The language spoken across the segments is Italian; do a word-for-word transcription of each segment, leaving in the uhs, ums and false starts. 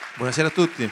Buonasera a tutti.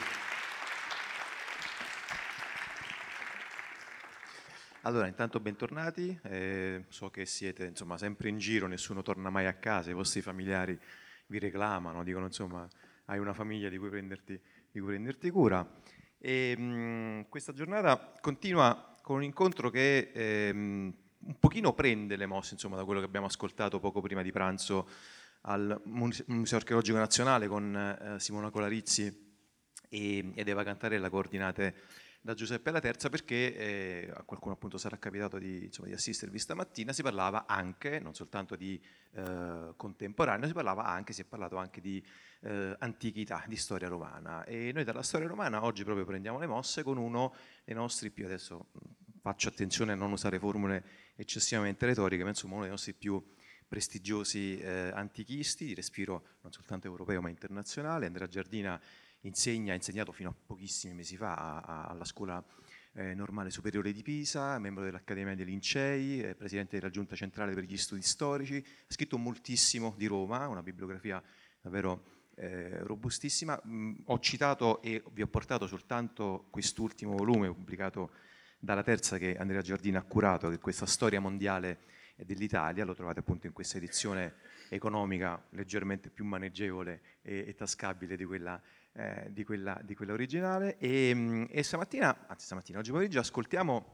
Allora, intanto bentornati, eh, so che siete insomma sempre in giro, nessuno torna mai a casa, i vostri familiari vi reclamano, dicono insomma hai una famiglia di cui prenderti, di cui prenderti cura. E, mh, questa giornata continua con un incontro che ehm, un pochino prende le mosse insomma da quello che abbiamo ascoltato poco prima di pranzo al Muse- Museo Archeologico Nazionale con eh, Simona Colarizzi e- ed Eva Cantarella, coordinate da Giuseppe La Terza, perché eh, a qualcuno appunto sarà capitato di, insomma, di assistervi stamattina. Si parlava anche, non soltanto di eh, contemporaneo, si parlava anche, si è parlato anche di eh, antichità, di storia romana. E noi dalla storia romana oggi proprio prendiamo le mosse con uno dei nostri più, adesso mh, faccio attenzione a non usare formule eccessivamente retoriche, ma insomma uno dei nostri più prestigiosi eh, antichisti di respiro non soltanto europeo ma internazionale. Andrea Giardina insegna, ha insegnato fino a pochissimi mesi fa a- a- alla scuola eh, normale superiore di Pisa, membro dell'Accademia dei Lincei, eh, presidente della Giunta Centrale per gli Studi Storici, ha scritto moltissimo di Roma, una bibliografia davvero eh, robustissima. Mh, ho citato e vi ho portato soltanto quest'ultimo volume pubblicato dalla Terza che Andrea Giardina ha curato, che è questa storia mondiale dell'Italia, lo trovate appunto in questa edizione economica leggermente più maneggevole e, e tascabile di quella, eh, di quella, di quella originale. E, mh, e stamattina, anzi stamattina, oggi pomeriggio, ascoltiamo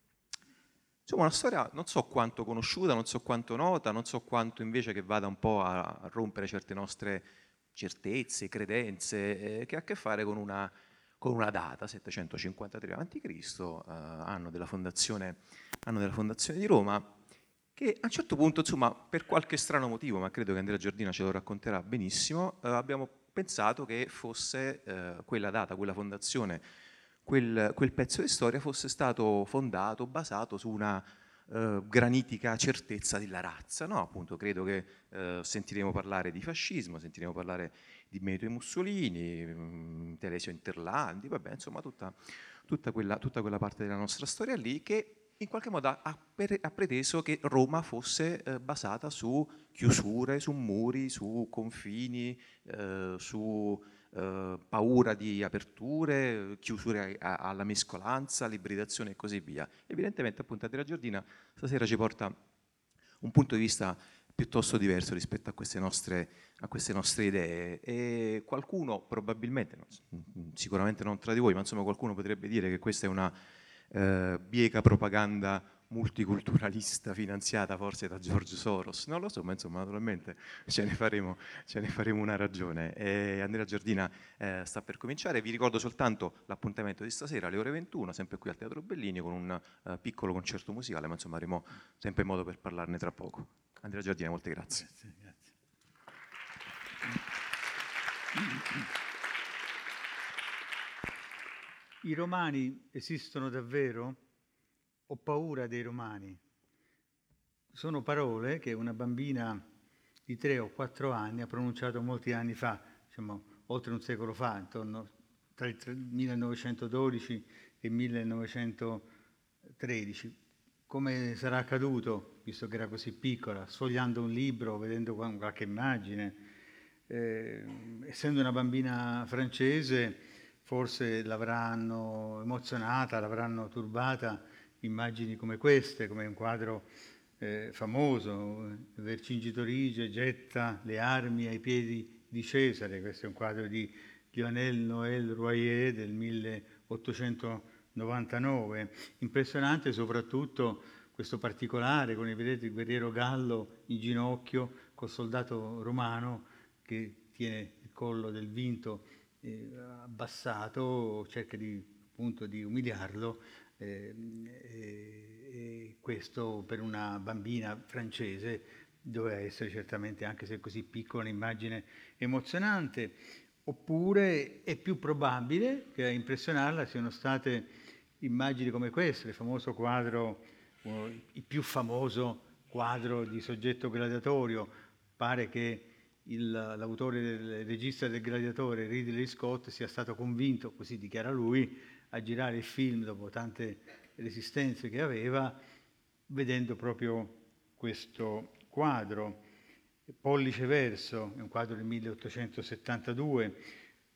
insomma una storia non so quanto conosciuta, non so quanto nota, non so quanto invece che vada un po' a, a rompere certe nostre certezze, credenze, eh, che ha a che fare con una, con una data, settecentocinquantatré avanti Cristo, eh, anno della fondazione, anno della fondazione di Roma, che a un certo punto, insomma, per qualche strano motivo, ma credo che Andrea Giardina ce lo racconterà benissimo, eh, abbiamo pensato che fosse eh, quella data, quella fondazione, quel, quel pezzo di storia fosse stato fondato, basato su una eh, granitica certezza della razza. No? Appunto, credo che eh, sentiremo parlare di fascismo, sentiremo parlare di Benito Mussolini, mh, Telesio Interlandi, vabbè, insomma, tutta, tutta, quella, tutta quella parte della nostra storia lì che in qualche modo ha, per- ha preteso che Roma fosse eh, basata su chiusure, su muri, su confini, eh, su eh, paura di aperture, chiusure a- alla mescolanza, l'ibridazione e così via. Evidentemente appunto Andrea Giordina stasera ci porta un punto di vista piuttosto diverso rispetto a queste nostre, a queste nostre idee e qualcuno probabilmente, no, sicuramente non tra di voi, ma insomma qualcuno potrebbe dire che questa è una eh, bieca propaganda multiculturalista finanziata forse da George Soros, non lo so, ma insomma naturalmente ce ne faremo, ce ne faremo una ragione. E Andrea Giardina eh, sta per cominciare, vi ricordo soltanto l'appuntamento di stasera alle ore ventuno, sempre qui al Teatro Bellini con un eh, piccolo concerto musicale, ma insomma avremo sempre modo per parlarne tra poco. Andrea Giardina, molte grazie. Grazie, grazie. I romani esistono davvero? Ho paura dei romani. Sono parole che una bambina di tre o quattro anni ha pronunciato molti anni fa, diciamo oltre un secolo fa, intorno tra il millenovecentododici e il millenovecentotredici. Come sarà accaduto, visto che era così piccola, sfogliando un libro, vedendo qualche immagine, eh, essendo una bambina francese, forse l'avranno emozionata, l'avranno turbata immagini come queste, come un quadro eh, famoso, Vercingetorige getta le armi ai piedi di Cesare, questo è un quadro di Lionel Noël Royer del milleottocentonovantanove, impressionante soprattutto questo particolare con il, vedete, il guerriero gallo in ginocchio col soldato romano che tiene il collo del vinto eh, abbassato, cerca di, appunto di umiliarlo, eh, e, e questo per una bambina francese doveva essere certamente, anche se così piccola, un'immagine emozionante. Oppure è più probabile che a impressionarla siano state immagini come questo, il famoso quadro, uno, il più famoso quadro di Soggetto Gladiatorio. Pare che il, l'autore del regista del Gladiatore, Ridley Scott, sia stato convinto, così dichiara lui, a girare il film dopo tante resistenze che aveva, vedendo proprio questo quadro. Pollice verso, è un quadro del milleottocentosettantadue,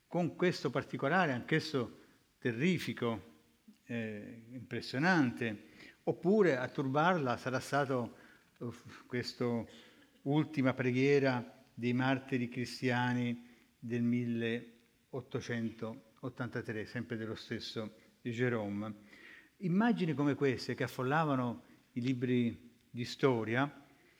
con questo particolare, anch'esso terrifico, eh, impressionante, oppure a turbarla sarà stato uh, questa ultima preghiera dei martiri cristiani del milleottocentottantatré, sempre dello stesso Jérôme. Immagini come queste che affollavano i libri di storia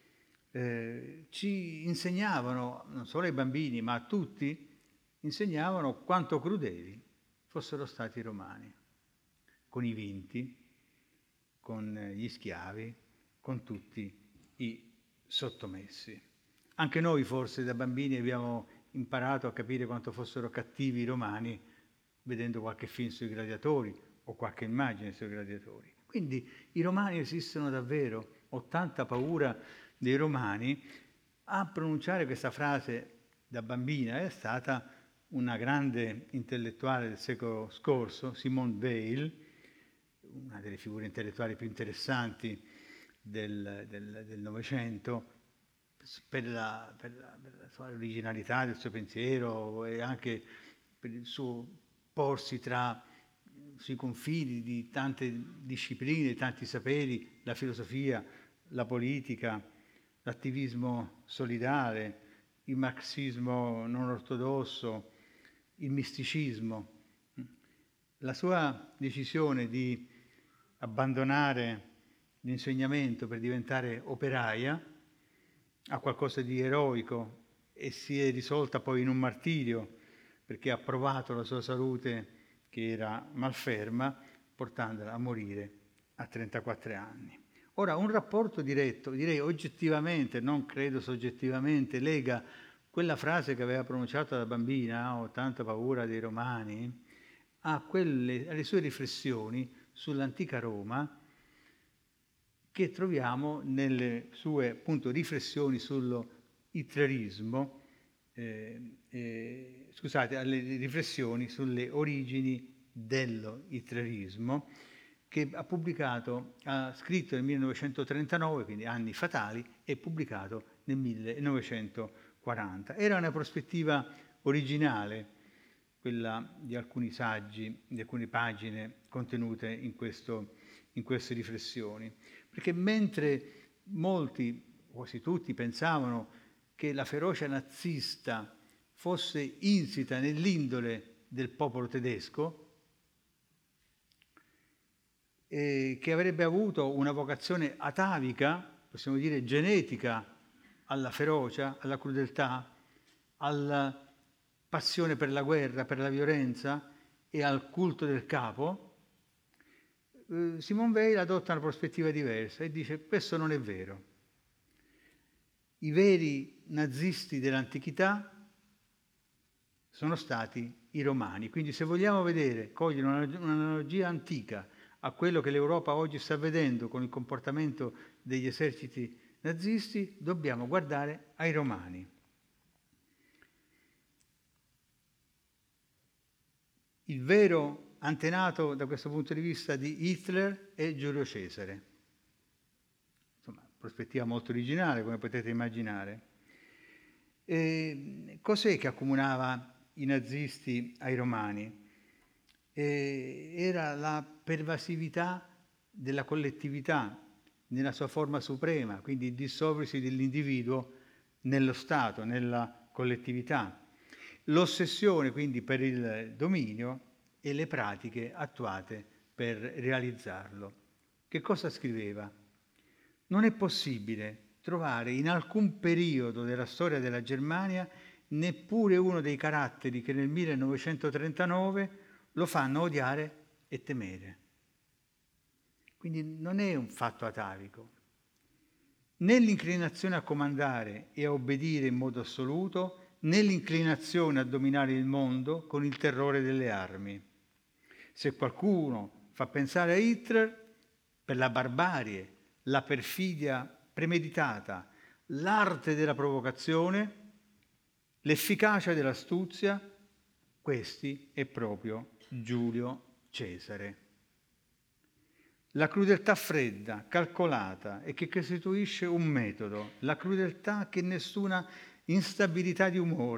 eh, ci insegnavano, non solo ai bambini, ma a tutti, insegnavano quanto crudeli fossero stati i romani, con i vinti, con gli schiavi, con tutti i sottomessi. Anche noi forse da bambini abbiamo imparato a capire quanto fossero cattivi i romani vedendo qualche film sui gladiatori o qualche immagine sui gladiatori. Quindi i romani esistono davvero. Ho tanta paura dei romani. A pronunciare questa frase da bambina è stata una grande intellettuale del secolo scorso, Simone Weil, una delle figure intellettuali più interessanti del, del, del Novecento, per la, per, la, per la sua originalità del suo pensiero e anche per il suo porsi tra sui confini di tante discipline, tanti saperi, la filosofia, la politica, l'attivismo solidale, il marxismo non ortodosso, il misticismo. La sua decisione di abbandonare l'insegnamento per diventare operaia ha qualcosa di eroico e si è risolta poi in un martirio, perché ha provato la sua salute che era malferma, portandola a morire a trentaquattro anni. Ora, un rapporto diretto, direi oggettivamente, non credo soggettivamente, lega quella frase che aveva pronunciato da bambina, ho tanta paura dei romani, a quelle, alle sue riflessioni sull'antica Roma, che troviamo nelle sue appunto riflessioni sullo hitlerismo, eh, eh, scusate, alle riflessioni sulle origini dello hitlerismo, che ha pubblicato, ha scritto nel millenovecentotrentanove, quindi anni fatali, e pubblicato nel millenovecentoquaranta. Era una prospettiva originale, quella di alcuni saggi, di alcune pagine contenute in, questo, in queste riflessioni. Perché mentre molti, quasi tutti, pensavano che la ferocia nazista fosse insita nell'indole del popolo tedesco, e che avrebbe avuto una vocazione atavica, possiamo dire genetica, alla ferocia, alla crudeltà, alla passione per la guerra, per la violenza e al culto del capo, eh, Simone Weil adotta una prospettiva diversa e dice: questo non è vero. I veri nazisti dell'antichità sono stati i romani. Quindi se vogliamo vedere, cogliere un'analogia antica a quello che l'Europa oggi sta vedendo con il comportamento degli eserciti nazisti, dobbiamo guardare ai romani. Il vero antenato da questo punto di vista di Hitler è Giulio Cesare. Insomma, prospettiva molto originale, come potete immaginare. E cos'è che accomunava i nazisti ai romani? E era la pervasività della collettività nella sua forma suprema, quindi il dissolversi dell'individuo nello Stato, nella collettività. L'ossessione quindi per il dominio e le pratiche attuate per realizzarlo. Che cosa scriveva? Non è possibile trovare in alcun periodo della storia della Germania neppure uno dei caratteri che nel millenovecentotrentanove lo fanno odiare e temere. Quindi non è un fatto atavico. Né l'inclinazione a comandare e a obbedire in modo assoluto, né l'inclinazione a dominare il mondo con il terrore delle armi. Se qualcuno fa pensare a Hitler, per la barbarie, la perfidia premeditata, l'arte della provocazione, l'efficacia dell'astuzia, questi è proprio Giulio Cesare. La crudeltà fredda, calcolata e che costituisce un metodo, la crudeltà che nessuna instabilità di umore,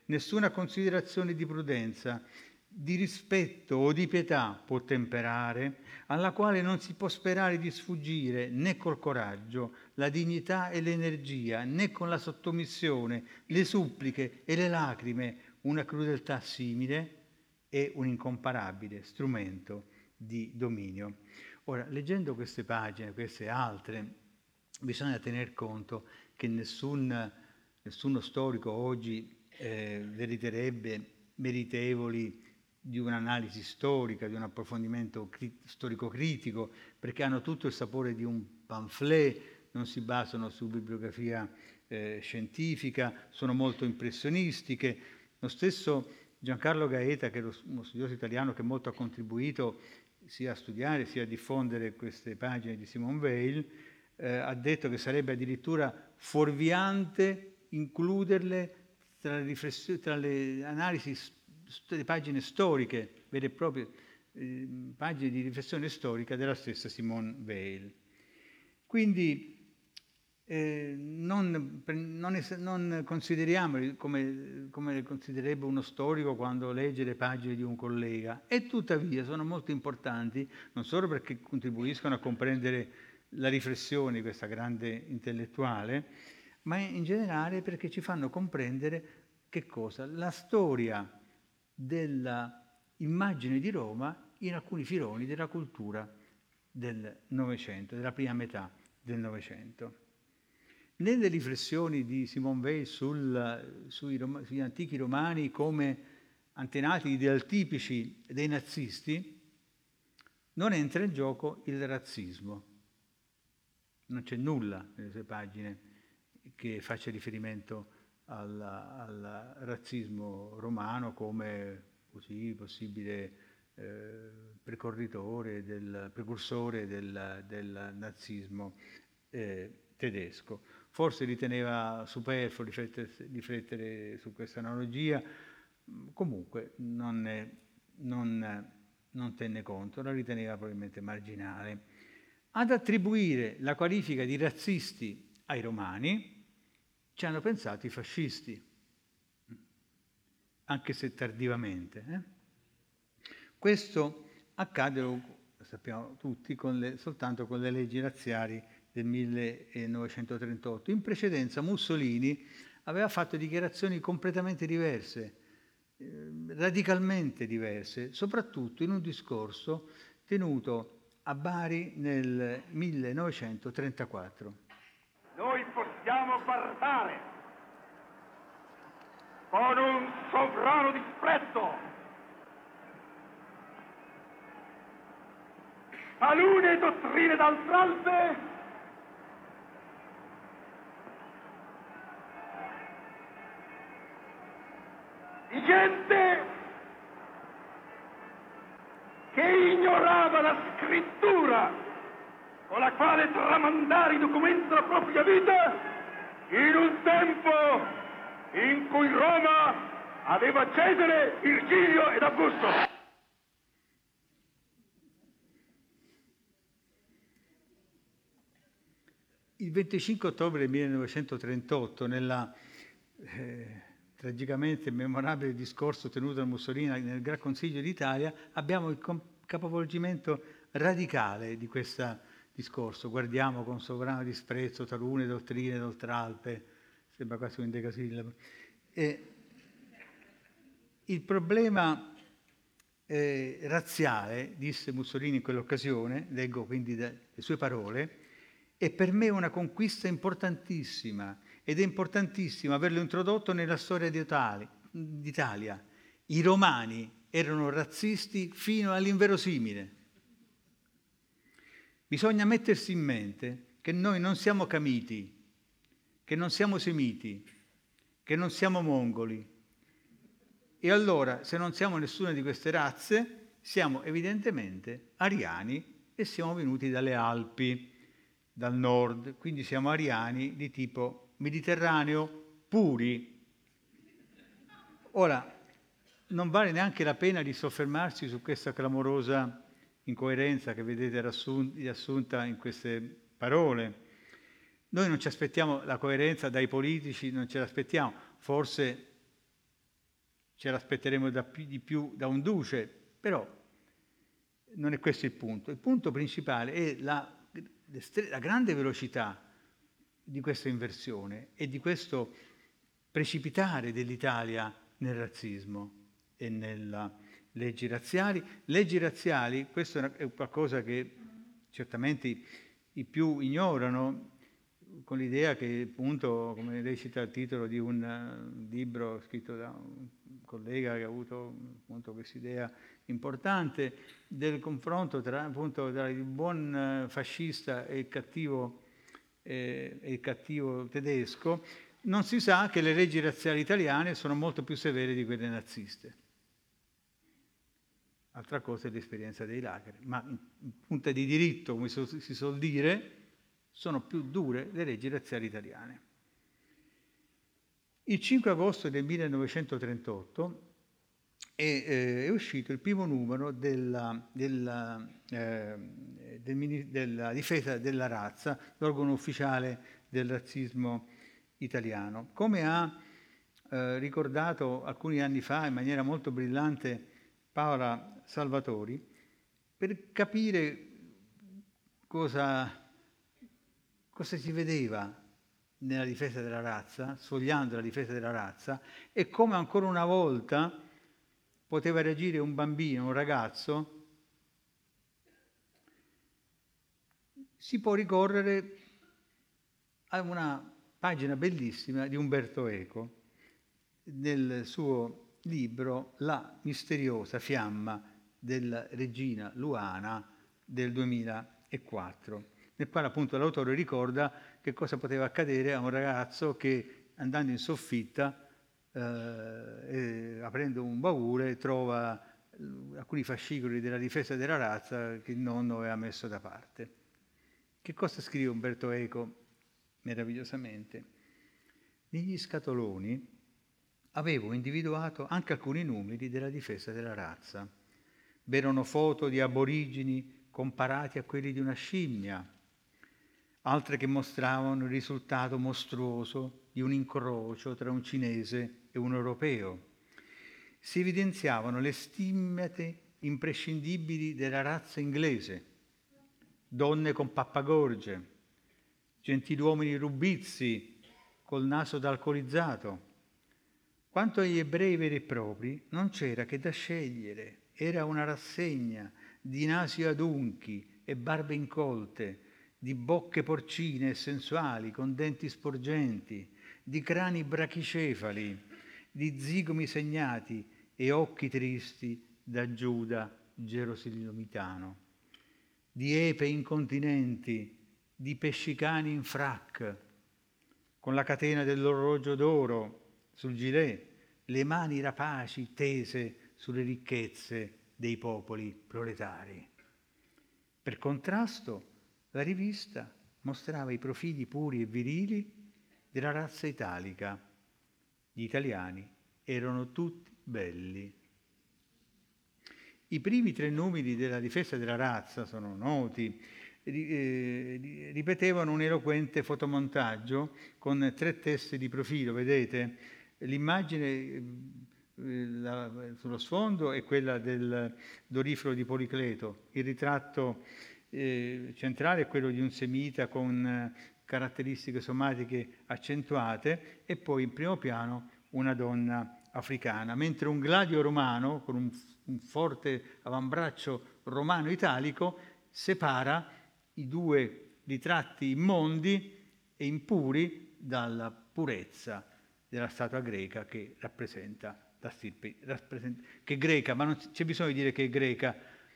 nessuna considerazione di prudenza, di rispetto o di pietà può temperare, alla quale non si può sperare di sfuggire né col coraggio, la dignità e l'energia, né con la sottomissione, le suppliche e le lacrime, una crudeltà simile è un incomparabile strumento di dominio. Ora, leggendo queste pagine, queste altre, bisogna tener conto che nessun, nessuno storico oggi eh, meriterebbe meritevoli di un'analisi storica, di un approfondimento cri- storico-critico, perché hanno tutto il sapore di un pamphlet, non si basano su bibliografia eh, scientifica, sono molto impressionistiche. Lo stesso Giancarlo Gaeta, che è uno studioso italiano che molto ha contribuito sia a studiare sia a diffondere queste pagine di Simone Weil, eh, ha detto che sarebbe addirittura fuorviante includerle tra le, riflessioni, tra le analisi, le pagine storiche, vere e proprie eh, pagine di riflessione storica della stessa Simone Weil. Quindi Eh, non, non, es- non consideriamoli come, come considererebbe uno storico quando legge le pagine di un collega, e tuttavia sono molto importanti, non solo perché contribuiscono a comprendere la riflessione di questa grande intellettuale, ma in generale perché ci fanno comprendere che cosa? La storia dell'immagine di Roma in alcuni filoni della cultura del Novecento, della prima metà del Novecento. Nelle riflessioni di Simone Weil sul, sui Rom- sugli antichi romani come antenati idealtipici dei nazisti, non entra in gioco il razzismo. Non c'è nulla nelle sue pagine che faccia riferimento al, al razzismo romano come così possibile eh, precorritore del, precursore del, del nazismo eh, tedesco. Forse riteneva superfluo riflettere, riflettere su questa analogia, comunque non, ne, non, non tenne conto, la riteneva probabilmente marginale. Ad attribuire la qualifica di razzisti ai romani ci hanno pensato i fascisti, anche se tardivamente. Eh? Questo accade, lo sappiamo tutti, con le, soltanto con le leggi razziali del millenovecentotrentotto. In precedenza Mussolini aveva fatto dichiarazioni completamente diverse, eh, radicalmente diverse, soprattutto in un discorso tenuto a Bari nel millenovecentotrentaquattro. Noi possiamo guardare con un sovrano disprezzo talune dottrine d'altralbe di gente che ignorava la scrittura con la quale tramandare i documenti della propria vita in un tempo in cui Roma aveva Cesare, Virgilio ed Augusto. Il venticinque ottobre millenovecentotrentotto, nella eh, tragicamente memorabile discorso tenuto da Mussolini nel Gran Consiglio d'Italia, abbiamo il capovolgimento radicale di questo discorso. Guardiamo con sovrano disprezzo talune dottrine d'oltralpe, sembra quasi un endecasillabo. E il problema eh, razziale, disse Mussolini in quell'occasione, leggo quindi le sue parole, è per me una conquista importantissima, ed è importantissimo averlo introdotto nella storia d'Italia. I romani erano razzisti fino all'inverosimile. Bisogna mettersi in mente che noi non siamo camiti, che non siamo semiti, che non siamo mongoli. E allora, se non siamo nessuna di queste razze, siamo evidentemente ariani e siamo venuti dalle Alpi, dal nord, quindi siamo ariani di tipo mediterraneo puri. Ora, non vale neanche la pena di soffermarsi su questa clamorosa incoerenza che vedete riassunta in queste parole. Noi non ci aspettiamo la coerenza dai politici, non ce l'aspettiamo. Forse ce l'aspetteremo da più, di più da un duce, però non è questo il punto. Il punto principale è la, la grande velocità di questa inversione e di questo precipitare dell'Italia nel razzismo e nelle leggi razziali. Leggi razziali, questo è qualcosa che certamente i più ignorano, con l'idea che, appunto, come lei cita il titolo di un libro scritto da un collega che ha avuto appunto quest'idea importante del confronto tra, appunto, tra il buon fascista e il cattivo, eh, e il cattivo tedesco, non si sa che le leggi razziali italiane sono molto più severe di quelle naziste. Altra cosa è l'esperienza dei lager, ma in punta di diritto, come si suol dire, sono più dure le leggi razziali italiane. Il cinque agosto del millenovecentotrentotto è, eh, è uscito il primo numero della, della, eh, del, della difesa della razza, l'organo ufficiale del razzismo italiano. Come ha eh, ricordato alcuni anni fa in maniera molto brillante Paola Salvatori, per capire cosa, cosa si vedeva nella difesa della razza, sfogliando la difesa della razza, e come ancora una volta poteva reagire un bambino, un ragazzo, si può ricorrere a una pagina bellissima di Umberto Eco nel suo libro La misteriosa fiamma della regina Luana del duemilaquattro, nel quale appunto l'autore ricorda che cosa poteva accadere a un ragazzo che, andando in soffitta, eh, e, aprendo un baule, trova alcuni fascicoli della difesa della razza che il nonno aveva messo da parte. Che cosa scrive Umberto Eco meravigliosamente? Negli scatoloni avevo individuato anche alcuni numeri della difesa della razza. V'erano foto di aborigini comparati a quelli di una scimmia, altre che mostravano il risultato mostruoso di un incrocio tra un cinese e un europeo. Si evidenziavano le stimmate imprescindibili della razza inglese: donne con pappagorge, gentiluomini rubizzi col naso d'alcolizzato. Quanto agli ebrei veri e propri, non c'era che da scegliere. Era una rassegna di nasi adunchi e barbe incolte, di bocche porcine e sensuali con denti sporgenti, di crani brachicefali, di zigomi segnati e occhi tristi da Giuda gerosolimitano, di epe incontinenti, di pescicani in frac, con la catena dell'orologio d'oro sul gilet, le mani rapaci tese sulle ricchezze dei popoli proletari. Per contrasto, la rivista mostrava i profili puri e virili della razza italica. Gli italiani erano tutti belli. I primi tre numeri della difesa della razza sono noti, eh, ripetevano un eloquente fotomontaggio con tre teste di profilo, vedete? L'immagine La, sullo sfondo è quella del dorifero di Policleto, il ritratto eh, centrale è quello di un semita con eh, caratteristiche somatiche accentuate, e poi in primo piano una donna africana, mentre un gladio romano con un, un forte avambraccio romano italico separa i due ritratti immondi e impuri dalla purezza della statua greca che rappresenta la stirpe, che è greca, ma non c'è bisogno di dire che è greca,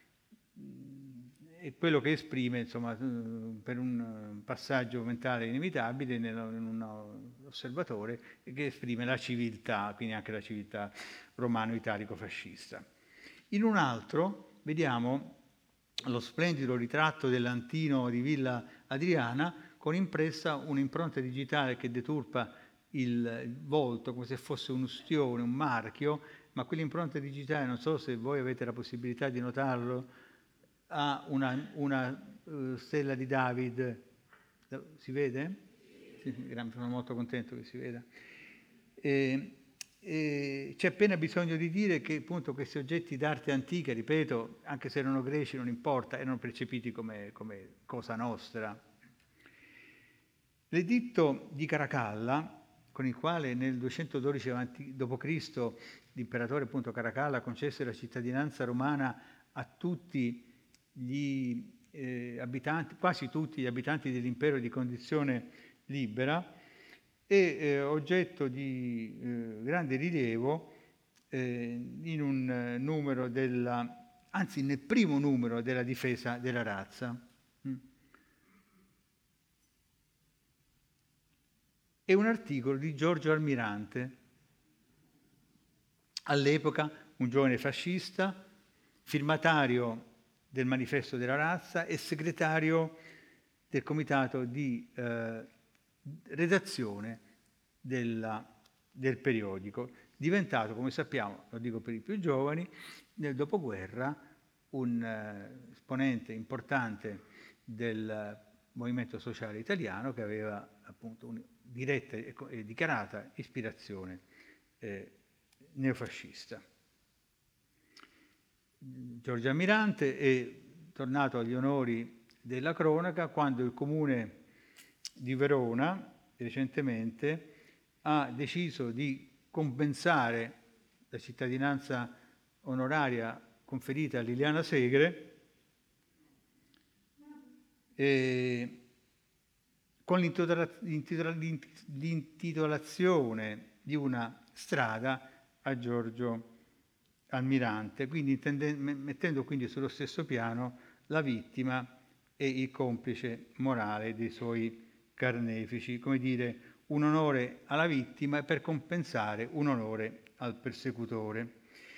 è quello che esprime, insomma, per un passaggio mentale inevitabile in un osservatore, che esprime la civiltà, quindi anche la civiltà romano-italico-fascista. In un altro vediamo lo splendido ritratto dell'Antino di Villa Adriana con impressa un'impronta digitale che deturpa il volto come se fosse un ustione, un marchio, ma quell'impronta digitale, non so se voi avete la possibilità di notarlo, ha una, una uh, stella di David. Si vede? Sì, sono molto contento che si veda. E E c'è appena bisogno di dire che appunto questi oggetti d'arte antica, ripeto, anche se erano greci non importa, erano percepiti come, come cosa nostra. L'editto di Caracalla, con il quale nel duecentododici dopo Cristo l'imperatore appunto Caracalla concesse la cittadinanza romana a tutti gli eh, abitanti, quasi tutti gli abitanti dell'impero di condizione libera, è eh, oggetto di eh, grande rilievo eh, in un eh, numero della, anzi nel primo numero della difesa della razza. Mm. È un articolo di Giorgio Almirante, all'epoca un giovane fascista, firmatario del Manifesto della Razza e segretario del comitato di eh, redazione della, del periodico, diventato, come sappiamo, lo dico per i più giovani, nel dopoguerra un eh, esponente importante del movimento sociale italiano che aveva appunto una diretta e, e dichiarata ispirazione eh, neofascista. Giorgio Almirante è tornato agli onori della cronaca quando il comune di Verona recentemente ha deciso di compensare la cittadinanza onoraria conferita a Liliana Segre eh, con l'intitolazione di una strada a Giorgio Almirante, quindi mettendo quindi sullo stesso piano la vittima e il complice morale dei suoi carnefici, come dire, un onore alla vittima per compensare un onore al persecutore.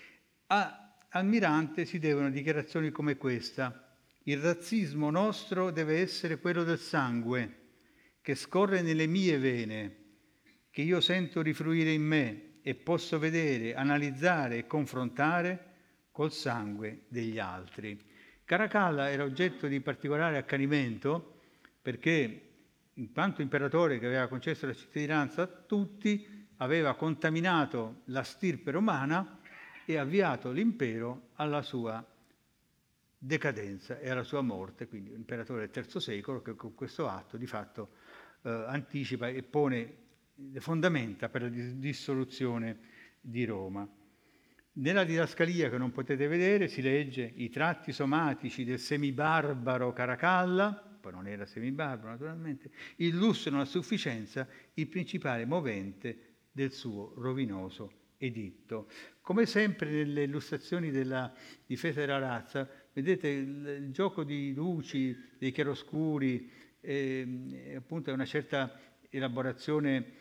A Almirante si devono dichiarazioni come questa: il razzismo nostro deve essere quello del sangue che scorre nelle mie vene, che io sento rifluire in me e posso vedere, analizzare e confrontare col sangue degli altri. Caracalla era oggetto di particolare accanimento perché, in quanto imperatore che aveva concesso la cittadinanza a tutti, aveva contaminato la stirpe romana e avviato l'impero alla sua decadenza e alla sua morte, quindi l'imperatore del terzo secolo che con questo atto di fatto eh, anticipa e pone le fondamenta per la dissoluzione di Roma. Nella didascalia che non potete vedere si legge: i tratti somatici del semibarbaro Caracalla, poi non era semibarbaro naturalmente, illustrano a sufficienza il principale movente del suo rovinoso editto. Come sempre nelle illustrazioni della difesa della razza, vedete il, il gioco di luci, dei chiaroscuri, eh, appunto è una certa elaborazione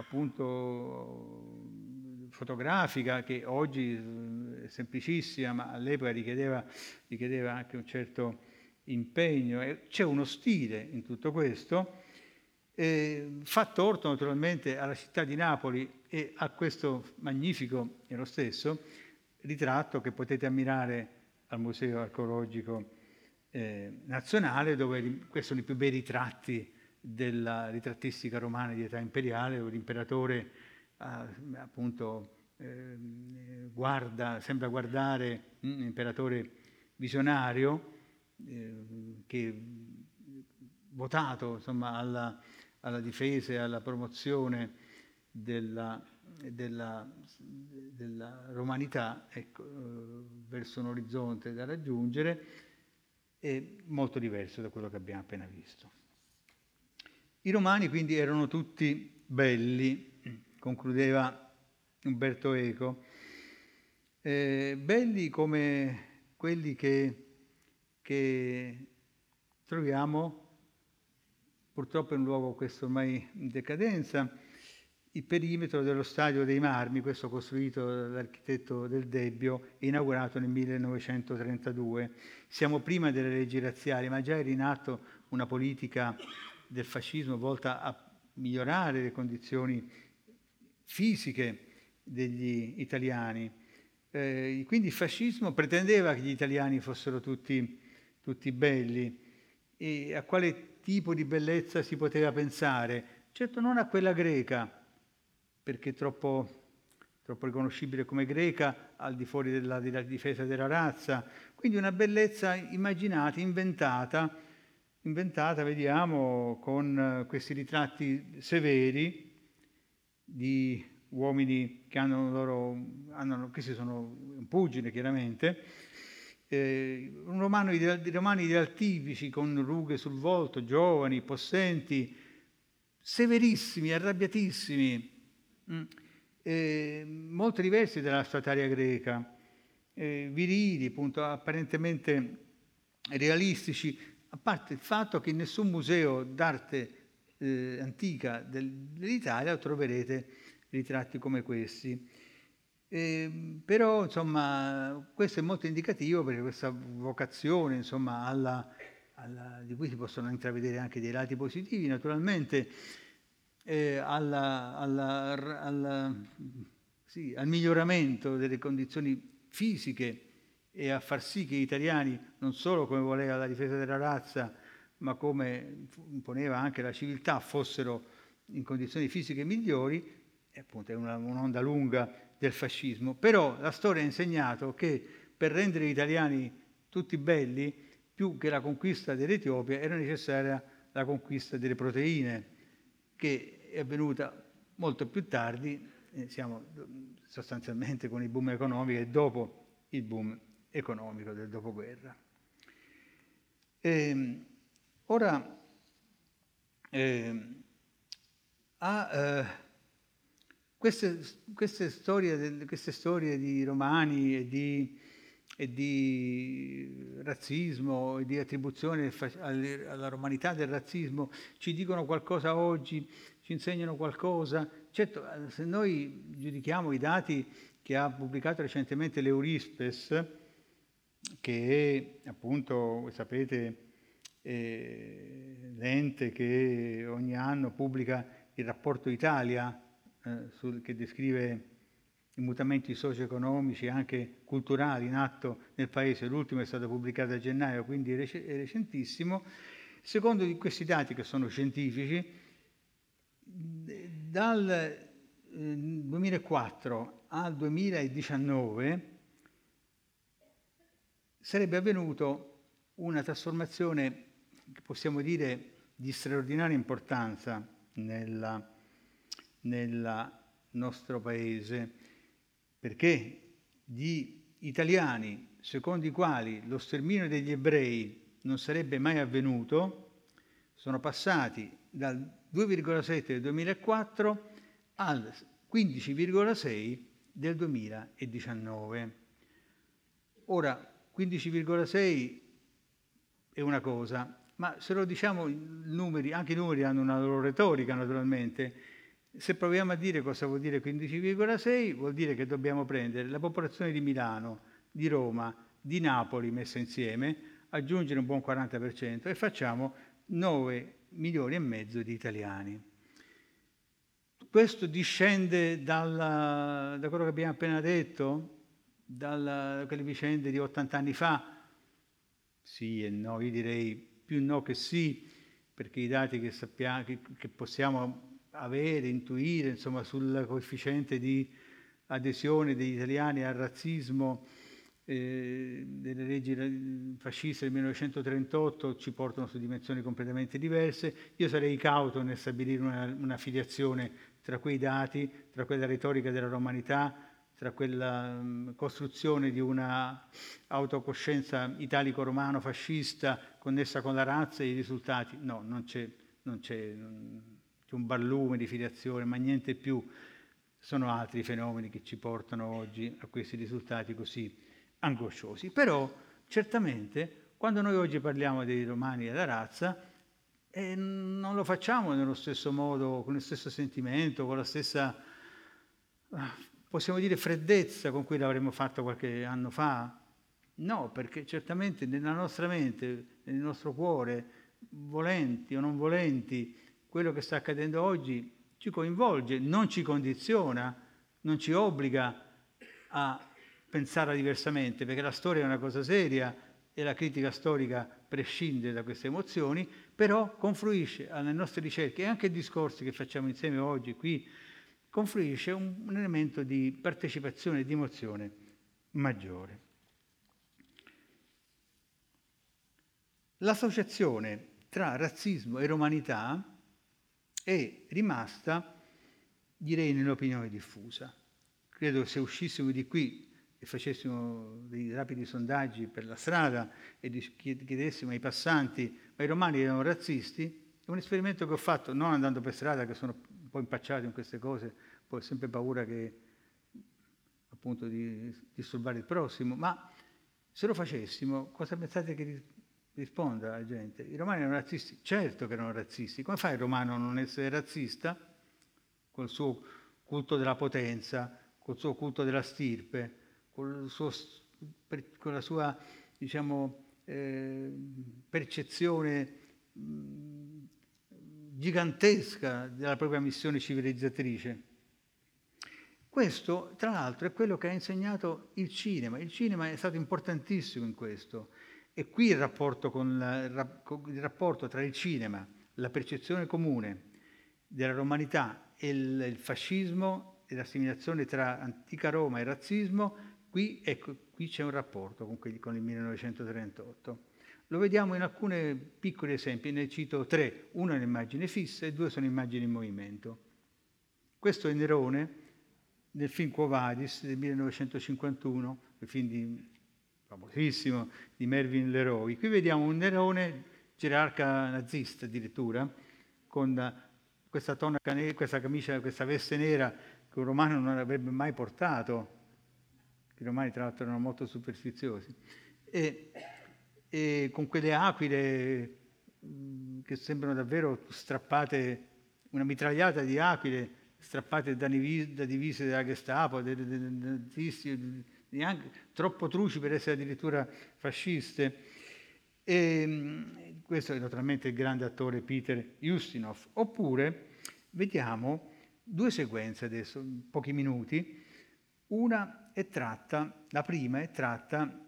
appunto fotografica che oggi è semplicissima, ma all'epoca richiedeva, richiedeva anche un certo impegno. E c'è uno stile in tutto questo, eh, fa torto naturalmente alla città di Napoli e a questo magnifico, è lo stesso, ritratto che potete ammirare al Museo Archeologico eh, Nazionale, dove questi sono i più bei ritratti della ritrattistica romana di età imperiale, dove l'imperatore eh, appunto eh, guarda, sembra guardare un imperatore visionario eh, che votato insomma alla, alla difesa e alla promozione della, della, della romanità, ecco, eh, verso un orizzonte da raggiungere, è molto diverso da quello che abbiamo appena visto. I romani quindi erano tutti belli, concludeva Umberto Eco, eh, belli come quelli che, che troviamo purtroppo in un luogo questo ormai in decadenza, il perimetro dello Stadio dei Marmi, questo costruito dall'architetto Del Debbio e inaugurato nel millenovecentotrentadue. Siamo prima delle leggi razziali, ma già era in atto una politica del fascismo volta a migliorare le condizioni fisiche degli italiani. Eh, quindi il fascismo pretendeva che gli italiani fossero tutti, tutti belli. E a quale tipo di bellezza si poteva pensare? Certo non a quella greca, perché troppo, troppo riconoscibile come greca, al di fuori della, della difesa della razza. Quindi una bellezza immaginata, inventata, inventata, vediamo, con questi ritratti severi di uomini che hanno loro, hanno, questi sono un pugile chiaramente, eh, un romano ideal, romani idealtipici con rughe sul volto, giovani, possenti, severissimi, arrabbiatissimi, mh, eh, molto diversi dalla statuaria greca, eh, virili, appunto, apparentemente realistici, a parte il fatto che in nessun museo d'arte eh, antica del, dell'Italia troverete ritratti come questi. Eh, però, insomma, questo è molto indicativo perché questa vocazione, insomma, alla, alla, di cui si possono intravedere anche dei lati positivi, naturalmente, eh, alla, alla, alla, sì, al miglioramento delle condizioni fisiche e a far sì che gli italiani, non solo come voleva la difesa della razza, ma come imponeva anche la civiltà, fossero in condizioni fisiche migliori, e appunto è una, un'onda lunga del fascismo. Però la storia ha insegnato che per rendere gli italiani tutti belli, più che la conquista dell'Etiopia, era necessaria la conquista delle proteine, che è avvenuta molto più tardi, eh, siamo sostanzialmente con il boom economico e dopo il boom economico del dopoguerra. E, ora, eh, a, eh, queste, queste, storie, queste storie di romani e di, e di razzismo e di attribuzione alla romanità del razzismo ci dicono qualcosa oggi, ci insegnano qualcosa. Certo, se noi giudichiamo i dati che ha pubblicato recentemente l'Eurispes, che è appunto, voi sapete, eh, l'ente che ogni anno pubblica il rapporto Italia, eh, sul, che descrive i mutamenti socio-economici e anche culturali in atto nel Paese. L'ultimo è stato pubblicato a gennaio, quindi è, rec- è recentissimo. Secondo questi dati, che sono scientifici, dal eh, duemilaquattro al duemiladiciannove sarebbe avvenuto una trasformazione che possiamo dire di straordinaria importanza nel nostro Paese, perché gli italiani, secondo i quali lo sterminio degli ebrei non sarebbe mai avvenuto, sono passati dal due virgola sette del duemilaquattro al quindici virgola sei del duemiladiciannove. Ora, quindici virgola sei è una cosa, ma se lo diciamo, i numeri, anche i numeri hanno una loro retorica naturalmente. Se proviamo a dire cosa vuol dire quindici virgola sei, vuol dire che dobbiamo prendere la popolazione di Milano, di Roma, di Napoli messa insieme, aggiungere un buon quaranta per cento e facciamo nove milioni e mezzo di italiani. Questo discende dalla, da quello che abbiamo appena detto, da quelle vicende di ottanta anni fa. Sì e no, io direi più no che sì, perché i dati che sappiamo, che, che possiamo avere, intuire, insomma, sul coefficiente di adesione degli italiani al razzismo eh, delle leggi fasciste del millenovecentotrentotto ci portano su dimensioni completamente diverse. Io sarei cauto nel stabilire una, una filiazione tra quei dati, tra quella retorica della romanità, tra quella um, costruzione di una autocoscienza italico-romano-fascista connessa con la razza e i risultati. No, non c'è, non c'è, non, c'è un barlume di filiazione, ma niente più. Sono altri fenomeni che ci portano oggi a questi risultati così angosciosi. Però, certamente, quando noi oggi parliamo dei romani e della razza, eh, non lo facciamo nello stesso modo, con lo stesso sentimento, con la stessa... possiamo dire freddezza con cui l'avremmo fatto qualche anno fa? No, perché certamente nella nostra mente, nel nostro cuore, volenti o non volenti, quello che sta accadendo oggi ci coinvolge, non ci condiziona, non ci obbliga a pensare diversamente, perché la storia è una cosa seria e la critica storica prescinde da queste emozioni, però confluisce alle nostre ricerche e anche ai discorsi che facciamo insieme oggi qui confluisce un, un elemento di partecipazione e di emozione maggiore. L'associazione tra razzismo e romanità è rimasta, direi, nell'opinione diffusa. Credo se uscissimo di qui e facessimo dei rapidi sondaggi per la strada e chiedessimo ai passanti ma i romani erano razzisti, è un esperimento che ho fatto non andando per strada, che sono un po' impacciato in queste cose, poi ho sempre paura che, appunto, di disturbare il prossimo, ma se lo facessimo, cosa pensate che risponda la gente? I romani erano razzisti? Certo che erano razzisti. Come fa il romano a non essere razzista? Col suo culto della potenza, col suo culto della stirpe, col suo, con la sua, diciamo, eh, percezione mh, gigantesca della propria missione civilizzatrice. Questo, tra l'altro, è quello che ha insegnato il cinema. Il cinema è stato importantissimo in questo. E qui il rapporto, con la, il rapporto tra il cinema, la percezione comune della romanità e il, il fascismo e l'assimilazione tra antica Roma e razzismo, qui, ecco, qui c'è un rapporto con, quelli, con il millenovecentotrentotto. Lo vediamo in alcuni piccoli esempi, ne cito tre. Una è un'immagine fissa e due sono immagini in movimento. Questo è Nerone nel film Quo Vadis del millenovecentocinquantuno, il film di, famosissimo di Mervyn LeRoy. Qui vediamo un Nerone gerarca nazista addirittura, con questa tonaca nera, questa camicia, questa veste nera che un romano non avrebbe mai portato. I romani tra l'altro erano molto superstiziosi. E, e con quelle aquile mh, che sembrano davvero strappate, una mitragliata di aquile strappate da, divise, da divise della Gestapo, dei nazisti, neanche troppo truci per essere addirittura fasciste. E mh, questo è naturalmente il grande attore Peter Ustinov. Oppure vediamo due sequenze adesso, pochi minuti. Una è tratta, la prima è tratta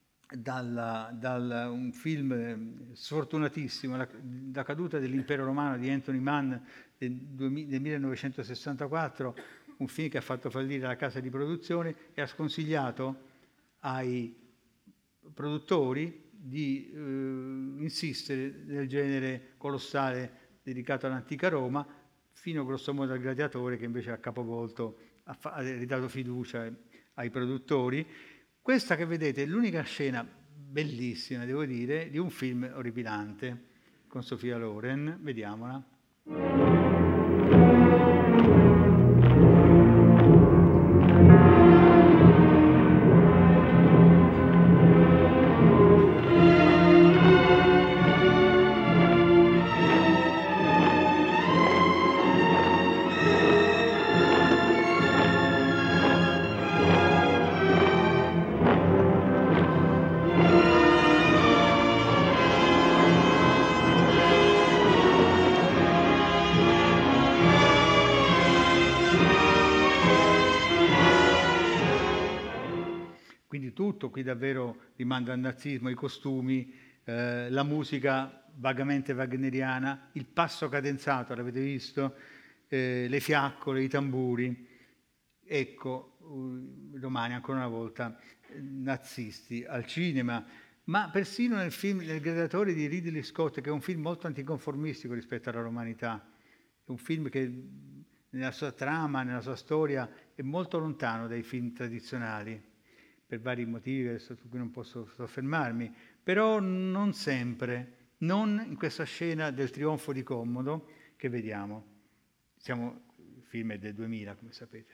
da un film sfortunatissimo, la, la caduta dell'impero romano di Anthony Mann del, del millenovecentosessantaquattro, un film che ha fatto fallire la casa di produzione e ha sconsigliato ai produttori di eh, insistere nel genere colossale dedicato all'antica Roma, fino grossomodo al Gladiatore, che invece ha capovolto, ha, ha ridato fiducia ai produttori. Questa che vedete è l'unica scena bellissima, devo dire, di un film orripilante con Sophia Loren. Vediamola. Tutto qui davvero rimanda al nazismo, i costumi, eh, la musica vagamente wagneriana, il passo cadenzato, l'avete visto, eh, le fiaccole, i tamburi. Ecco, i romani ancora una volta eh, nazisti al cinema, ma persino nel film Il Gladiatore di Ridley Scott, che è un film molto anticonformistico rispetto alla romanità, è un film che nella sua trama, nella sua storia è molto lontano dai film tradizionali, per vari motivi su cui non posso soffermarmi, però non sempre, non in questa scena del trionfo di Commodo che vediamo. Siamo, il film è del duemila, come sapete.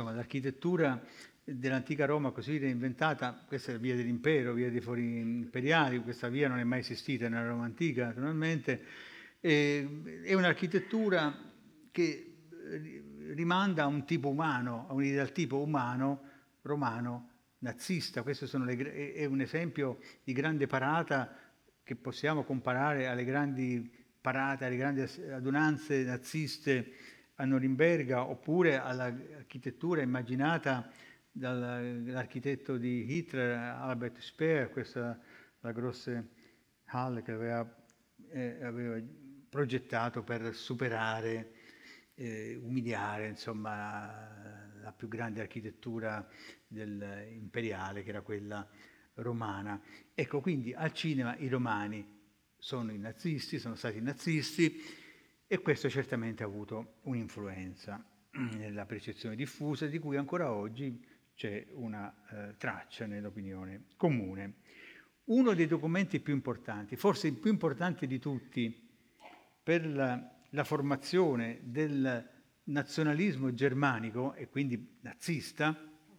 insomma, l'architettura dell'antica Roma così reinventata, questa è la via dell'impero, via dei fori imperiali, questa via non è mai esistita nella Roma antica naturalmente, e, è un'architettura che rimanda a un tipo umano, a un idealtipo umano romano nazista. Questo sono le, è un esempio di grande parata che possiamo comparare alle grandi parate, alle grandi adunanze naziste a Norimberga, oppure all'architettura immaginata dall'architetto di Hitler, Albert Speer, questa la grosse Halle che aveva, eh, aveva progettato per superare, eh, umiliare insomma la più grande architettura del, imperiale, che era quella romana. Ecco, quindi al cinema i romani sono i nazisti, sono stati i nazisti, e questo certamente ha avuto un'influenza nella percezione diffusa di cui ancora oggi c'è una eh, traccia nell'opinione comune. Uno dei documenti più importanti, forse il più importante di tutti per la, la formazione del nazionalismo germanico e quindi nazista,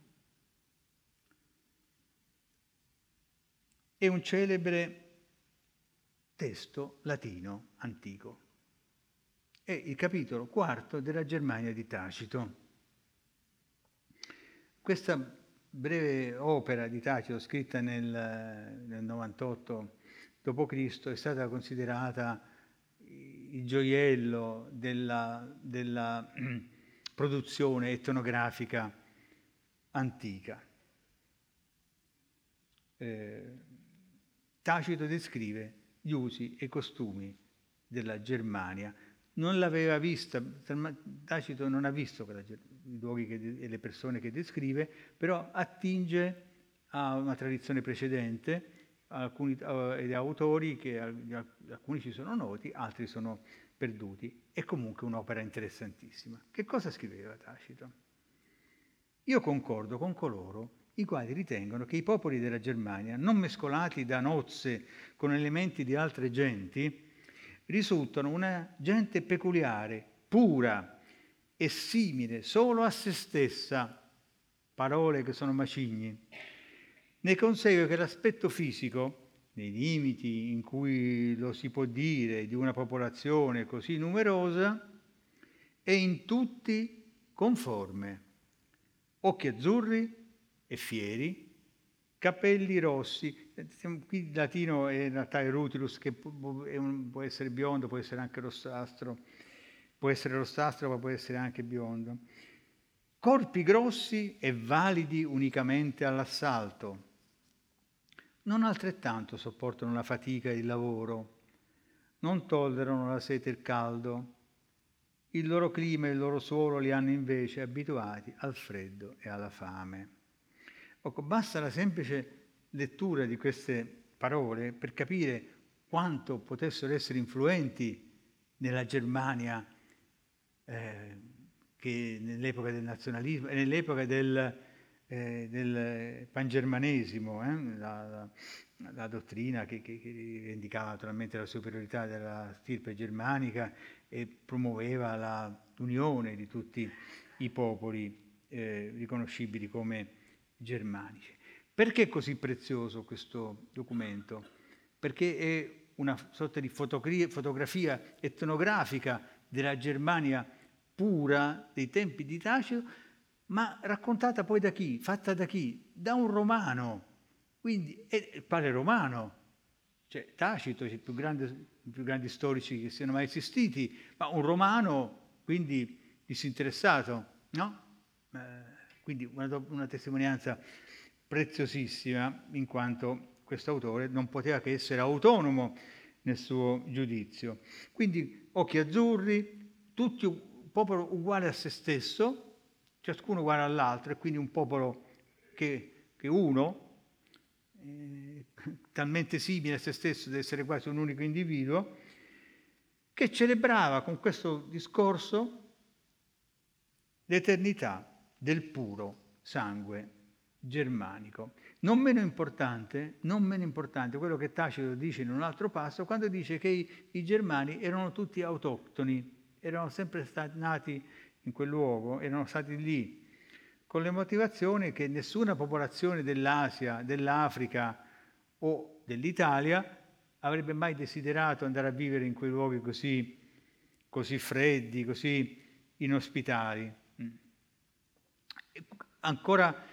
è un celebre testo latino antico. È il capitolo quarto della Germania di Tacito. Questa breve opera di Tacito, scritta nel, nel novantotto dopo Cristo, è stata considerata il gioiello della, della produzione etnografica antica. Eh, Tacito descrive gli usi e i costumi della Germania. Non l'aveva vista, Tacito non ha visto quella, i luoghi che, e le persone che descrive, però attinge a una tradizione precedente, a alcuni ed autori che alcuni ci sono noti, altri sono perduti. È comunque un'opera interessantissima. Che cosa scriveva Tacito? Io concordo con coloro i quali ritengono che i popoli della Germania, non mescolati da nozze con elementi di altre genti, risultano una gente peculiare, pura e simile solo a se stessa, parole che sono macigni. Ne consegue che l'aspetto fisico, nei limiti in cui lo si può dire di una popolazione così numerosa, è in tutti conforme. Occhi azzurri e fieri, capelli rossi, qui il latino è in realtà erutilus, che è un, può essere biondo, può essere anche rossastro, può essere rossastro ma può essere anche biondo. Corpi grossi e validi unicamente all'assalto, non altrettanto sopportano la fatica e il lavoro, non tollerano la sete e il caldo. Il loro clima e il loro suolo li hanno invece abituati al freddo e alla fame. Ecco, basta la semplice lettura di queste parole per capire quanto potessero essere influenti nella Germania eh, che nell'epoca del nazionalismo e nell'epoca del, eh, del pangermanesimo, eh, la, la, la dottrina che, che, che rivendicava naturalmente la superiorità della stirpe germanica e promuoveva la, l'unione di tutti i popoli eh, riconoscibili come germanici. Perché è così prezioso questo documento? Perché è una sorta di fotografia etnografica della Germania pura dei tempi di Tacito, ma raccontata poi da chi? Fatta da chi? Da un romano. Quindi è il padre romano, cioè Tacito, i più grandi, i più grandi storici che siano mai esistiti, ma un romano, quindi disinteressato, no? Eh, quindi una, una testimonianza preziosissima, in quanto questo autore non poteva che essere autonomo nel suo giudizio. Quindi occhi azzurri, tutti un popolo uguale a se stesso, ciascuno uguale all'altro, e quindi un popolo che, che uno, eh, talmente simile a se stesso da essere quasi un unico individuo, che celebrava con questo discorso l'eternità del puro sangue germanico. Non meno importante, non meno importante quello che Tacito dice in un altro passo, quando dice che i, i germani erano tutti autoctoni, erano sempre stati nati in quel luogo, erano stati lì con le motivazioni che nessuna popolazione dell'Asia, dell'Africa o dell'Italia avrebbe mai desiderato andare a vivere in quei luoghi così, così freddi, così inospitali. Ancora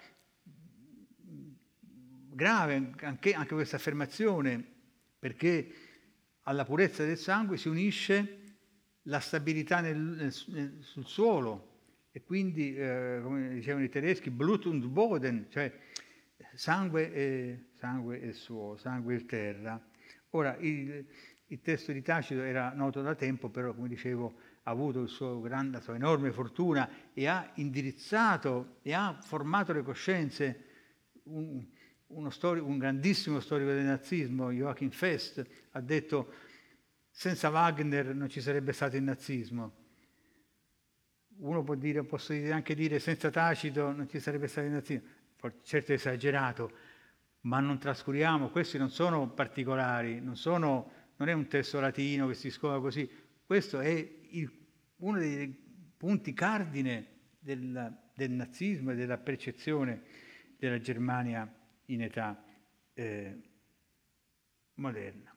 grave anche, anche questa affermazione, perché alla purezza del sangue si unisce la stabilità nel, nel, nel, sul suolo, e quindi, eh, come dicevano i tedeschi, Blut und Boden, cioè sangue e, sangue e suolo, sangue e terra. Ora, il, il testo di Tacito era noto da tempo, però, come dicevo, ha avuto il suo gran, la sua enorme fortuna e ha indirizzato e ha formato le coscienze. Un, uno storico, un grandissimo storico del nazismo, Joachim Fest, ha detto: senza Wagner non ci sarebbe stato il nazismo. Uno può dire, posso anche dire, senza Tacito non ci sarebbe stato il nazismo. Certo è esagerato, ma non trascuriamo, questi non sono particolari, non, sono, non è un testo latino che si scuola così, questo è il, uno dei punti cardine del, del nazismo e della percezione della Germania in età eh, moderna.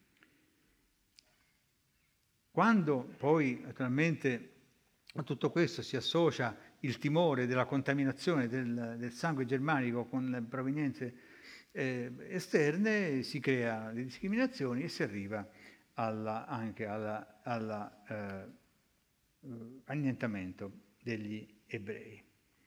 Quando poi naturalmente a tutto questo si associa il timore della contaminazione del, del sangue germanico con le provenienze eh, esterne, si crea le discriminazioni e si arriva alla, anche all'annientamento eh, degli ebrei.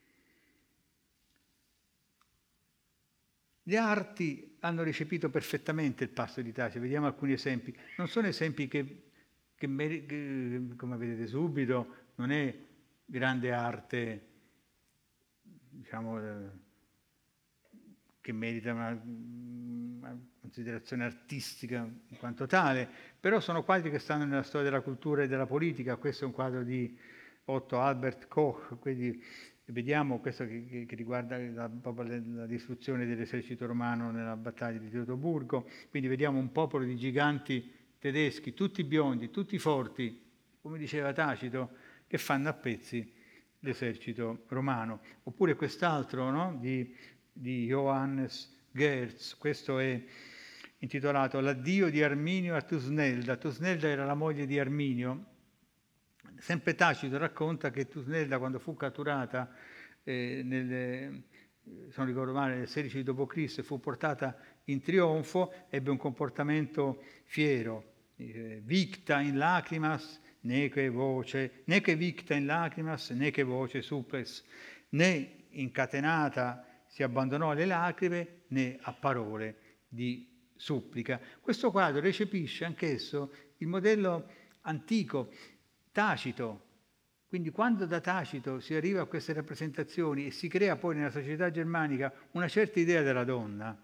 Le arti hanno recepito perfettamente il passo di Tacito, vediamo alcuni esempi. Non sono esempi che, che, che come vedete subito, non è grande arte, diciamo, eh, che merita una, una considerazione artistica in quanto tale, però sono quadri che stanno nella storia della cultura e della politica. Questo è un quadro di Otto Albert Koch, quindi vediamo questo che, che, che riguarda la, proprio la distruzione dell'esercito romano nella battaglia di Teutoburgo. Quindi vediamo un popolo di giganti tedeschi, tutti biondi, tutti forti, come diceva Tacito, che fanno a pezzi l'esercito romano. Oppure quest'altro, no? di, di Johannes Gerz, questo è intitolato L'addio di Arminio a Tusnelda. Tusnelda era la moglie di Arminio. Sempre Tacito racconta che Tusnelda, quando fu catturata, eh, nel, se non ricordo male, nel sedici dopo Cristo, fu portata in trionfo, ebbe un comportamento fiero, eh, victa in lacrimas, né che voce, né che victa in lacrimas, né che voce supples, né incatenata si abbandonò alle lacrime, né a parole di supplica. Questo quadro recepisce anch'esso il modello antico, Tacito. Quindi quando da Tacito si arriva a queste rappresentazioni e si crea poi nella società germanica una certa idea della donna,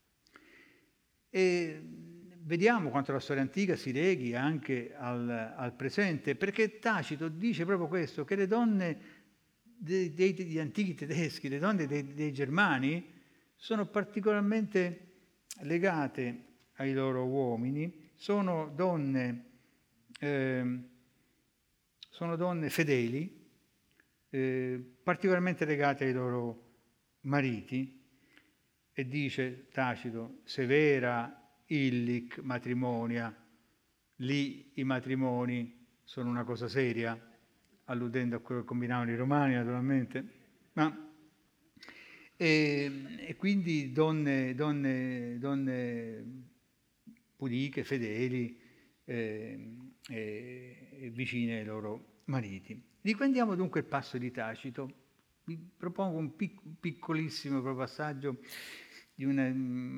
e vediamo quanto la storia antica si leghi anche al, al presente, perché Tacito dice proprio questo, che le donne dei, dei, degli antichi tedeschi, le donne dei, dei germani, sono particolarmente legate ai loro uomini, sono donne, eh, sono donne fedeli, eh, particolarmente legate ai loro mariti, e dice Tacito, severa illic matrimonia, lì i matrimoni sono una cosa seria, alludendo a quello che combinavano i romani naturalmente, ma, e, e quindi donne, donne, donne pudiche, fedeli eh, e, e vicine ai loro mariti. Riprendiamo dunque il passo di Tacito. Vi propongo un pic- piccolissimo passaggio di una,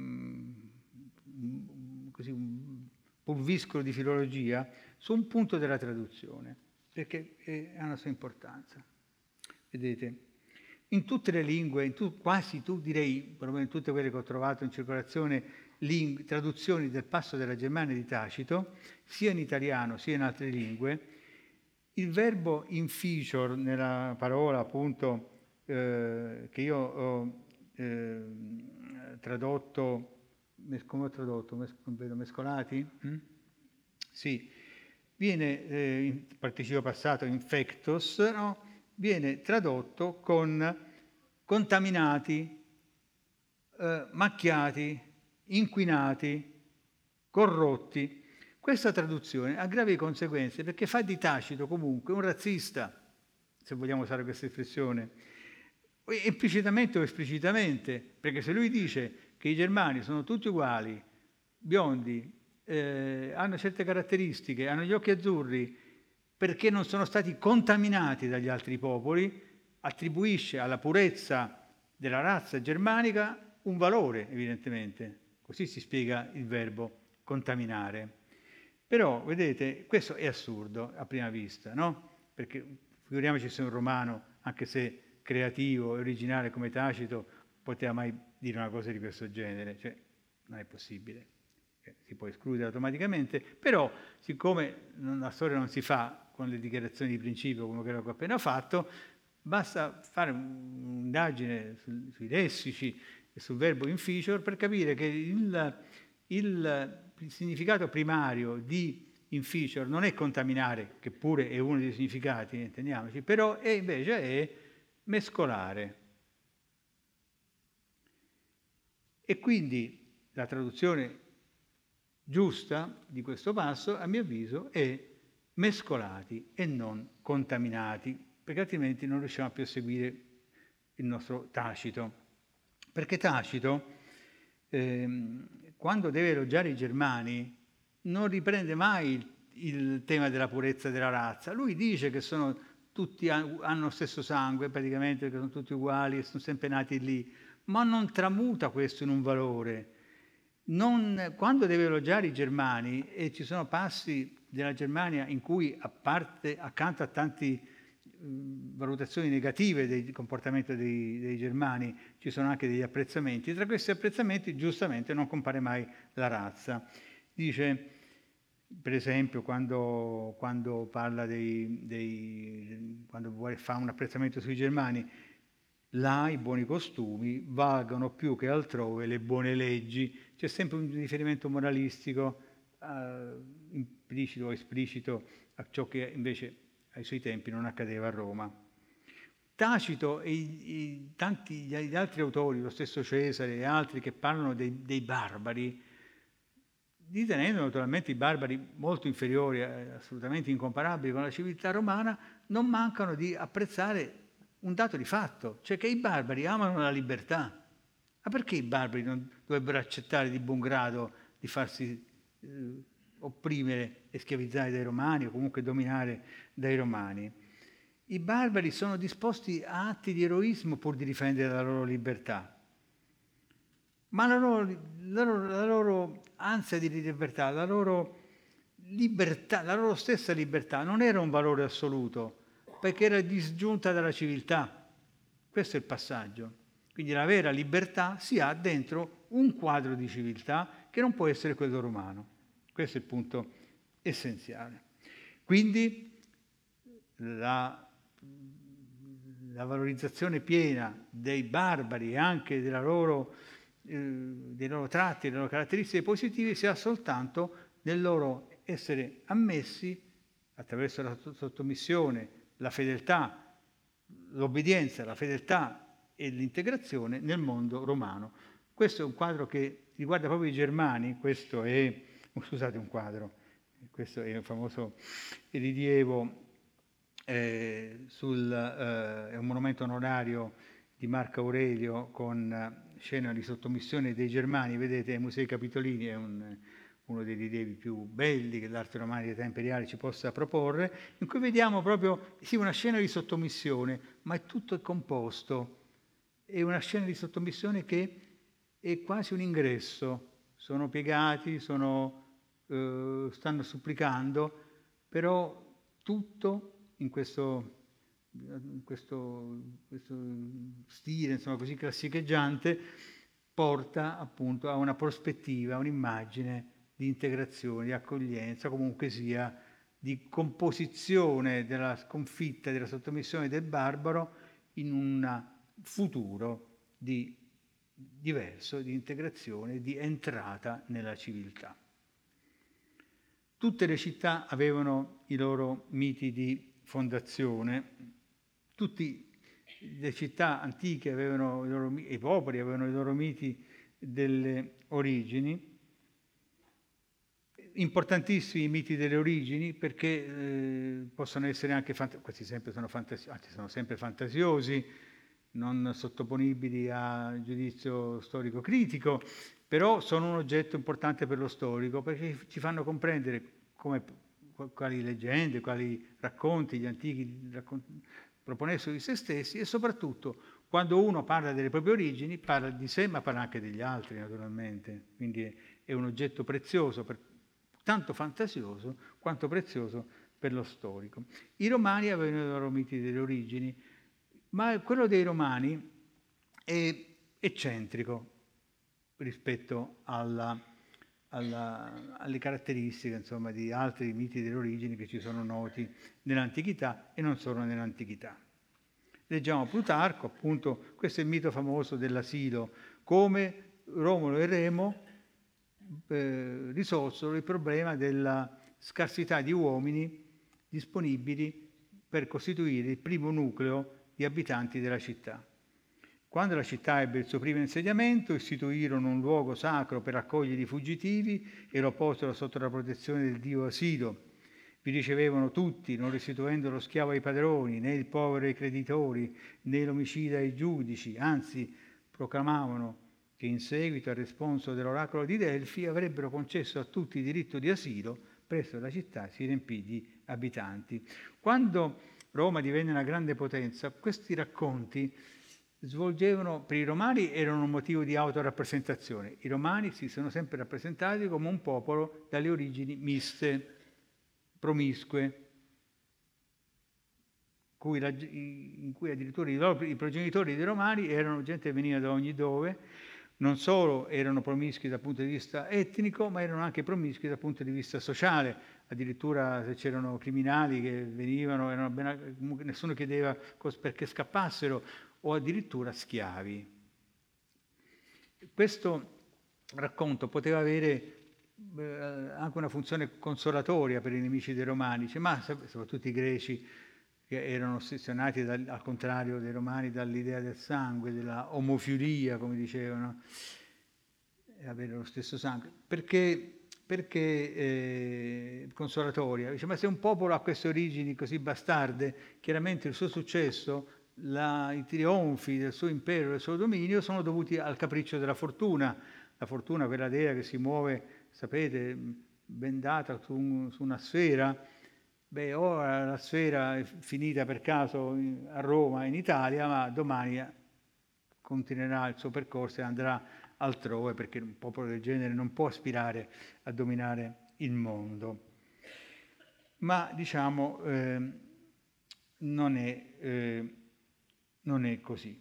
così, un pulviscolo di filologia su un punto della traduzione, perché ha una sua importanza. Vedete, in tutte le lingue, in tu, quasi tu direi, perlomeno in tutte quelle che ho trovato in circolazione, lingue, traduzioni del passo della Germania di Tacito, sia in italiano sia in altre lingue, il verbo inficior nella parola appunto eh, che io ho eh, tradotto, come ho tradotto? Mes- vedo mescolati? Mm? Sì, viene eh, in participio passato infectus, no? Viene tradotto con contaminati, eh, macchiati, inquinati, corrotti. Questa traduzione ha gravi conseguenze perché fa di Tacito comunque un razzista, se vogliamo usare questa espressione, implicitamente o esplicitamente, perché se lui dice che i germani sono tutti uguali, biondi, eh, hanno certe caratteristiche, hanno gli occhi azzurri, perché non sono stati contaminati dagli altri popoli, attribuisce alla purezza della razza germanica un valore, evidentemente. Così si spiega il verbo contaminare. Però, vedete, questo è assurdo a prima vista, no? Perché figuriamoci se un romano, anche se creativo e originale come Tacito, poteva mai dire una cosa di questo genere. Cioè, non è possibile. Si può escludere automaticamente, però siccome la storia non si fa con le dichiarazioni di principio come quello che ho appena fatto, basta fare un'indagine sui lessici e sul verbo inficior per capire che il, il, il significato primario di inficior non è contaminare, che pure è uno dei significati, intendiamoci, però è, invece è mescolare. E quindi la traduzione giusta di questo passo, a mio avviso, è mescolati e non contaminati, perché altrimenti non riusciamo più a seguire il nostro Tacito. Perché Tacito, ehm, quando deve elogiare i germani, non riprende mai il, il tema della purezza della razza. Lui dice che sono tutti, hanno lo stesso sangue, praticamente, che sono tutti uguali, sono sempre nati lì, ma non tramuta questo in un valore. Non, quando deve elogiare i germani, e ci sono passi della Germania in cui, a parte, accanto a tante valutazioni negative del comportamento dei, dei germani, ci sono anche degli apprezzamenti. Tra questi apprezzamenti, giustamente, non compare mai la razza. Dice, per esempio, quando, quando parla dei, dei quando fa un apprezzamento sui germani, là i buoni costumi valgono più che altrove le buone leggi. C'è sempre un riferimento moralistico, eh, implicito o esplicito, a ciò che invece ai suoi tempi non accadeva a Roma. Tacito e i, i, tanti gli altri autori, lo stesso Cesare e altri che parlano dei, dei barbari, ritenendo naturalmente i barbari molto inferiori, assolutamente incomparabili con la civiltà romana, non mancano di apprezzare un dato di fatto, cioè che i barbari amano la libertà. Ma perché i barbari non dovrebbero accettare di buon grado di farsi eh, opprimere e schiavizzare dai romani o comunque dominare dai romani? I barbari sono disposti a atti di eroismo pur di difendere la loro libertà. Ma la loro, la loro, la loro ansia di libertà, la loro libertà, la loro stessa libertà non era un valore assoluto, perché era disgiunta dalla civiltà. Questo è il passaggio. Quindi la vera libertà si ha dentro un quadro di civiltà che non può essere quello romano. Questo è il punto essenziale. Quindi la, la valorizzazione piena dei barbari e anche della loro, eh, dei loro tratti, delle loro caratteristiche positive si ha soltanto nel loro essere ammessi attraverso la sottomissione, la fedeltà, l'obbedienza, la fedeltà e l'integrazione nel mondo romano. Questo è un quadro che riguarda proprio i germani, questo è, oh, scusate, un quadro, questo è un famoso rilievo, eh, sul, eh, è un monumento onorario di Marco Aurelio con eh, scena di sottomissione dei germani, vedete, ai Musei Capitolini, è un uno dei rilievi più belli che l'arte romana di età imperiale ci possa proporre, in cui vediamo proprio, sì, una scena di sottomissione, ma è tutto composto. È una scena di sottomissione che è quasi un ingresso. Sono piegati, sono, eh, stanno supplicando, però tutto in questo, in questo, questo stile, insomma, così classicheggiante, porta appunto a una prospettiva, a un'immagine di integrazione, di accoglienza, comunque sia di composizione della sconfitta, della sottomissione del barbaro in un futuro di diverso, di integrazione, di entrata nella civiltà. Tutte le città avevano i loro miti di fondazione, tutti le città antiche avevano i loro, i popoli avevano i loro miti delle origini. Importantissimi i miti delle origini, perché eh, possono essere anche, fant- questi sempre sono, fantasi- anzi, sono sempre fantasiosi, non sottoponibili a giudizio storico critico, però sono un oggetto importante per lo storico, perché ci fanno comprendere come, quali leggende, quali racconti gli antichi raccont- proponessero di se stessi, e soprattutto quando uno parla delle proprie origini parla di sé, ma parla anche degli altri, naturalmente. Quindi è, è un oggetto prezioso, per, tanto fantasioso quanto prezioso per lo storico. I romani avevano i loro miti delle origini, ma quello dei romani è eccentrico rispetto alla, alla, alle caratteristiche, insomma, di altri miti delle origini che ci sono noti nell'antichità e non solo nell'antichità. Leggiamo Plutarco, appunto, questo è il mito famoso dell'asilo, come Romolo e Remo eh, risolsero il problema della scarsità di uomini disponibili per costituire il primo nucleo di abitanti della città. Quando la città ebbe il suo primo insediamento, istituirono un luogo sacro per accogliere i fuggitivi e lo posero sotto la protezione del dio Asilo. Vi ricevevano tutti, non restituendo lo schiavo ai padroni, né il povero ai creditori, né l'omicida ai giudici, anzi proclamavano che in seguito al responso dell'oracolo di Delfi avrebbero concesso a tutti il diritto di asilo, presso la città si riempì di abitanti. Quando Roma divenne una grande potenza, questi racconti svolgevano, per i romani erano un motivo di autorappresentazione. I romani si sono sempre rappresentati come un popolo dalle origini miste, promiscue, cui la, in cui addirittura i, loro, i progenitori dei romani erano gente che veniva da ogni dove, non solo erano promiscui dal punto di vista etnico, ma erano anche promiscui dal punto di vista sociale. Addirittura se c'erano criminali che venivano, erano ben, nessuno chiedeva perché scappassero, o addirittura schiavi. Questo racconto poteva avere eh, anche una funzione consolatoria per i nemici dei romani, cioè, ma soprattutto i greci, che erano ossessionati dal, al contrario dei romani dall'idea del sangue, della omofilia, come dicevano, avere lo stesso sangue. Perché, perché eh, consolatoria? Dice, ma se un popolo ha queste origini così bastarde, chiaramente il suo successo, la, i trionfi del suo impero, del suo dominio, sono dovuti al capriccio della fortuna. La fortuna, quella dea che si muove, sapete, bendata su, un, su una sfera. Beh, ora la sfera è finita per caso a Roma, in Italia, ma domani continuerà il suo percorso e andrà altrove, perché un popolo del genere non può aspirare a dominare il mondo. Ma diciamo, eh, non, è, eh, non è così.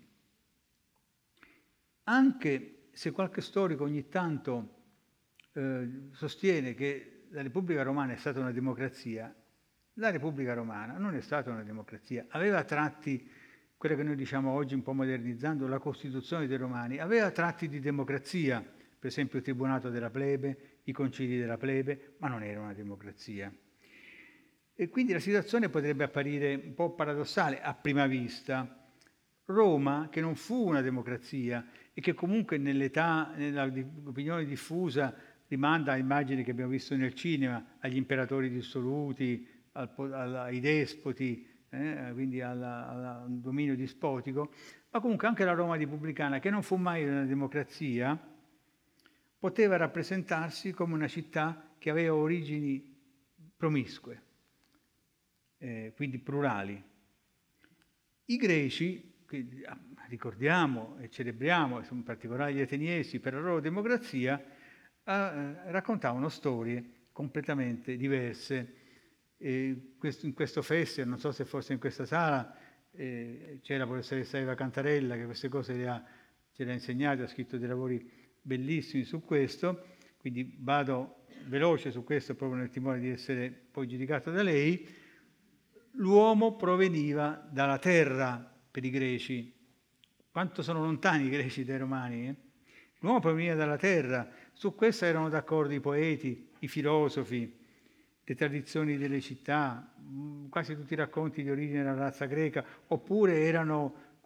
Anche se qualche storico ogni tanto eh, sostiene che la Repubblica Romana è stata una democrazia, la Repubblica Romana non è stata una democrazia, aveva tratti, quella che noi diciamo oggi un po' modernizzando, la Costituzione dei Romani, aveva tratti di democrazia, per esempio il tribunato della plebe, i concili della plebe, ma non era una democrazia. E quindi la situazione potrebbe apparire un po' paradossale a prima vista. Roma, che non fu una democrazia e che comunque nell'età, nell'opinione diffusa, rimanda a immagini che abbiamo visto nel cinema, agli imperatori dissoluti, al, al, ai despoti, eh, quindi alla, alla, al dominio dispotico, ma comunque anche la Roma repubblicana, che non fu mai una democrazia, poteva rappresentarsi come una città che aveva origini promiscue, eh, quindi plurali. I greci, che ricordiamo e celebriamo, in particolare gli ateniesi, per la loro democrazia, eh, raccontavano storie completamente diverse. E questo, in questo festival, non so se fosse in questa sala, eh, c'è la professoressa Eva Cantarella che queste cose le ha, ce le ha insegnate, ha scritto dei lavori bellissimi su questo, quindi vado veloce su questo proprio nel timore di essere poi giudicato da lei. L'uomo proveniva dalla terra per i greci. Quanto sono lontani i greci dai romani? Eh? L'uomo proveniva dalla terra, su questo erano d'accordo i poeti, i filosofi, le tradizioni delle città, quasi tutti i racconti di origine della razza greca, oppure erano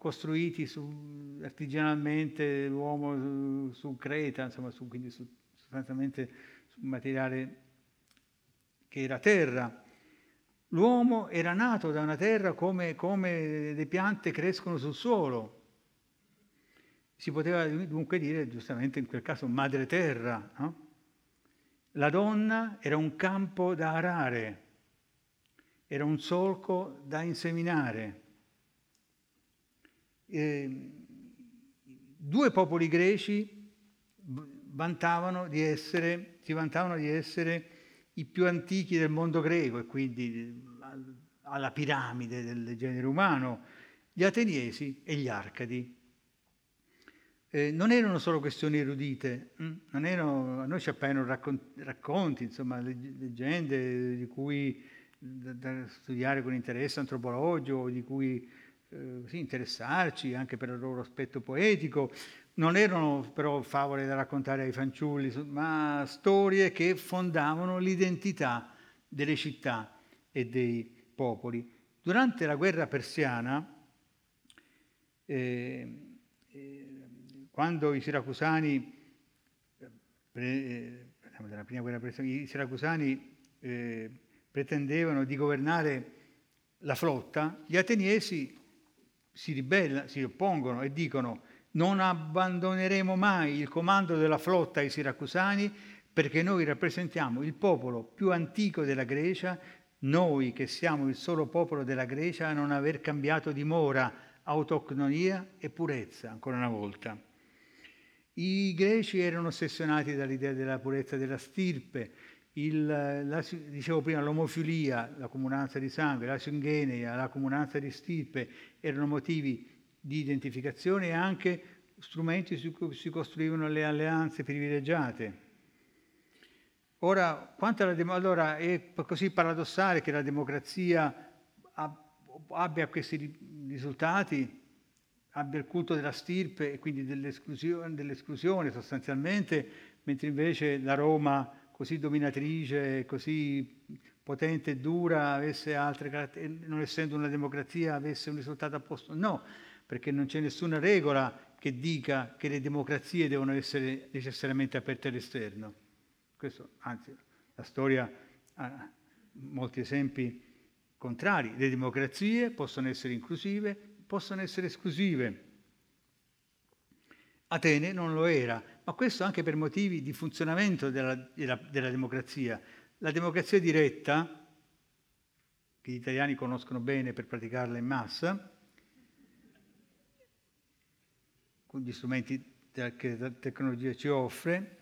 costruiti su, artigianalmente, l'uomo su, su Creta, insomma, su, quindi su, sostanzialmente su materiale che era terra. L'uomo era nato da una terra come, come le piante crescono sul suolo. Si poteva dunque dire, giustamente in quel caso, madre terra, no? La donna era un campo da arare, era un solco da inseminare. E due popoli greci vantavano di essere, si vantavano di essere i più antichi del mondo greco e quindi alla piramide del genere umano, gli ateniesi e gli arcadi. Eh, non erano solo questioni erudite, hm? non erano, a noi ci appaiono racconti, racconti, insomma, leggende di cui da, da studiare con interesse antropologico, di cui eh, sì, interessarci anche per il loro aspetto poetico. Non erano però favole da raccontare ai fanciulli, ma storie che fondavano l'identità delle città e dei popoli. Durante la guerra persiana, eh, eh, quando i siracusani, eh, della prima guerra persiana, i siracusani eh, pretendevano di governare la flotta, gli ateniesi si ribellano, si oppongono e dicono: non abbandoneremo mai il comando della flotta ai siracusani perché noi rappresentiamo il popolo più antico della Grecia, noi che siamo il solo popolo della Grecia a non aver cambiato dimora, autoctonia e purezza, ancora una volta. I greci erano ossessionati dall'idea della purezza della stirpe, il, la, dicevo prima, l'omofilia, la comunanza di sangue, la singenia, la comunanza di stirpe erano motivi di identificazione e anche strumenti su cui si costruivano le alleanze privilegiate. Ora, quanto alla dem- allora è così paradossale che la democrazia abbia questi risultati, abbia il culto della stirpe e quindi dell'esclusione, dell'esclusione sostanzialmente, mentre invece la Roma, così dominatrice, così potente e dura, avesse altre caratteristiche, non essendo una democrazia, avesse un risultato opposto. No, perché non c'è nessuna regola che dica che le democrazie devono essere necessariamente aperte all'esterno. Questo, anzi, la storia ha molti esempi contrari. Le democrazie possono essere inclusive, possono essere esclusive. Atene non lo era, ma questo anche per motivi di funzionamento della, della, della democrazia. La democrazia diretta, che gli italiani conoscono bene per praticarla in massa, con gli strumenti che la tecnologia ci offre,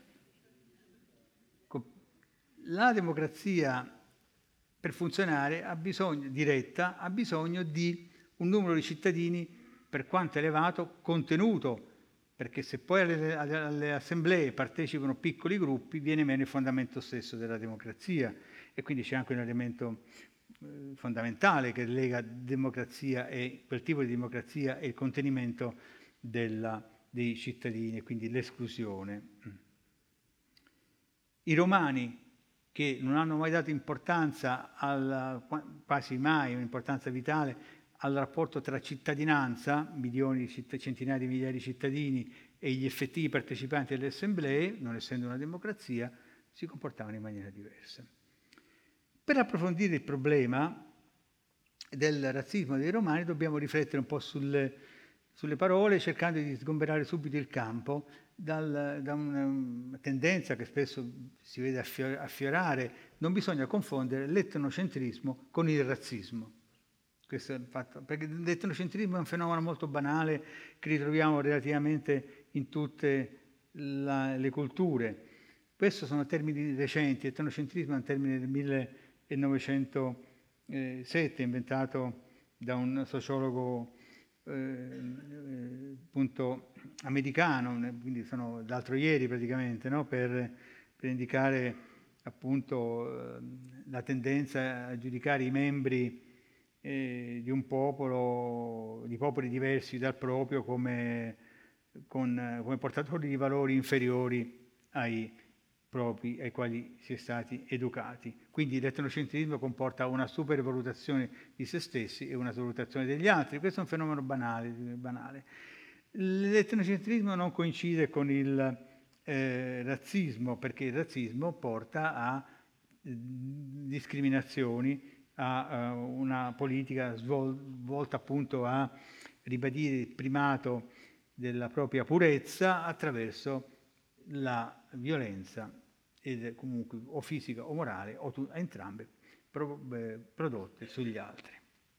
la democrazia per funzionare ha bisogno, diretta, ha bisogno di un numero di cittadini per quanto elevato contenuto, perché se poi alle, alle, alle assemblee partecipano piccoli gruppi viene meno il fondamento stesso della democrazia e quindi c'è anche un elemento eh, fondamentale che lega democrazia e quel tipo di democrazia e il contenimento della, dei cittadini e quindi l'esclusione. I romani, che non hanno mai dato importanza, alla, quasi mai un'importanza vitale, al rapporto tra cittadinanza, milioni, centinaia di migliaia di cittadini, e gli effettivi partecipanti alle assemblee, non essendo una democrazia, si comportavano in maniera diversa. Per approfondire il problema del razzismo dei romani dobbiamo riflettere un po' sulle, sulle parole, cercando di sgomberare subito il campo dal, da una tendenza che spesso si vede affiorare. Non bisogna confondere l'etnocentrismo con il razzismo. Questo è il fatto, perché l'etnocentrismo è un fenomeno molto banale che ritroviamo relativamente in tutte la, le culture. Questi sono termini recenti, etnocentrismo è un termine del millenovecentosette, inventato da un sociologo eh, appunto americano, quindi sono d'altro ieri praticamente, no? per, per indicare appunto la tendenza a giudicare i membri Eh, di un popolo, di popoli diversi dal proprio, come, con, come portatori di valori inferiori ai, propri ai quali si è stati educati. Quindi l'etnocentrismo comporta una supervalutazione di se stessi e una valutazione degli altri. Questo è un fenomeno banale. banale. L'etnocentrismo non coincide con il eh, razzismo, perché il razzismo porta a eh, discriminazioni, a, a una politica svol- volta appunto a ribadire il primato della propria purezza attraverso la violenza, ed comunque o fisica o morale, o tu, entrambe pro, eh, prodotte sugli altri.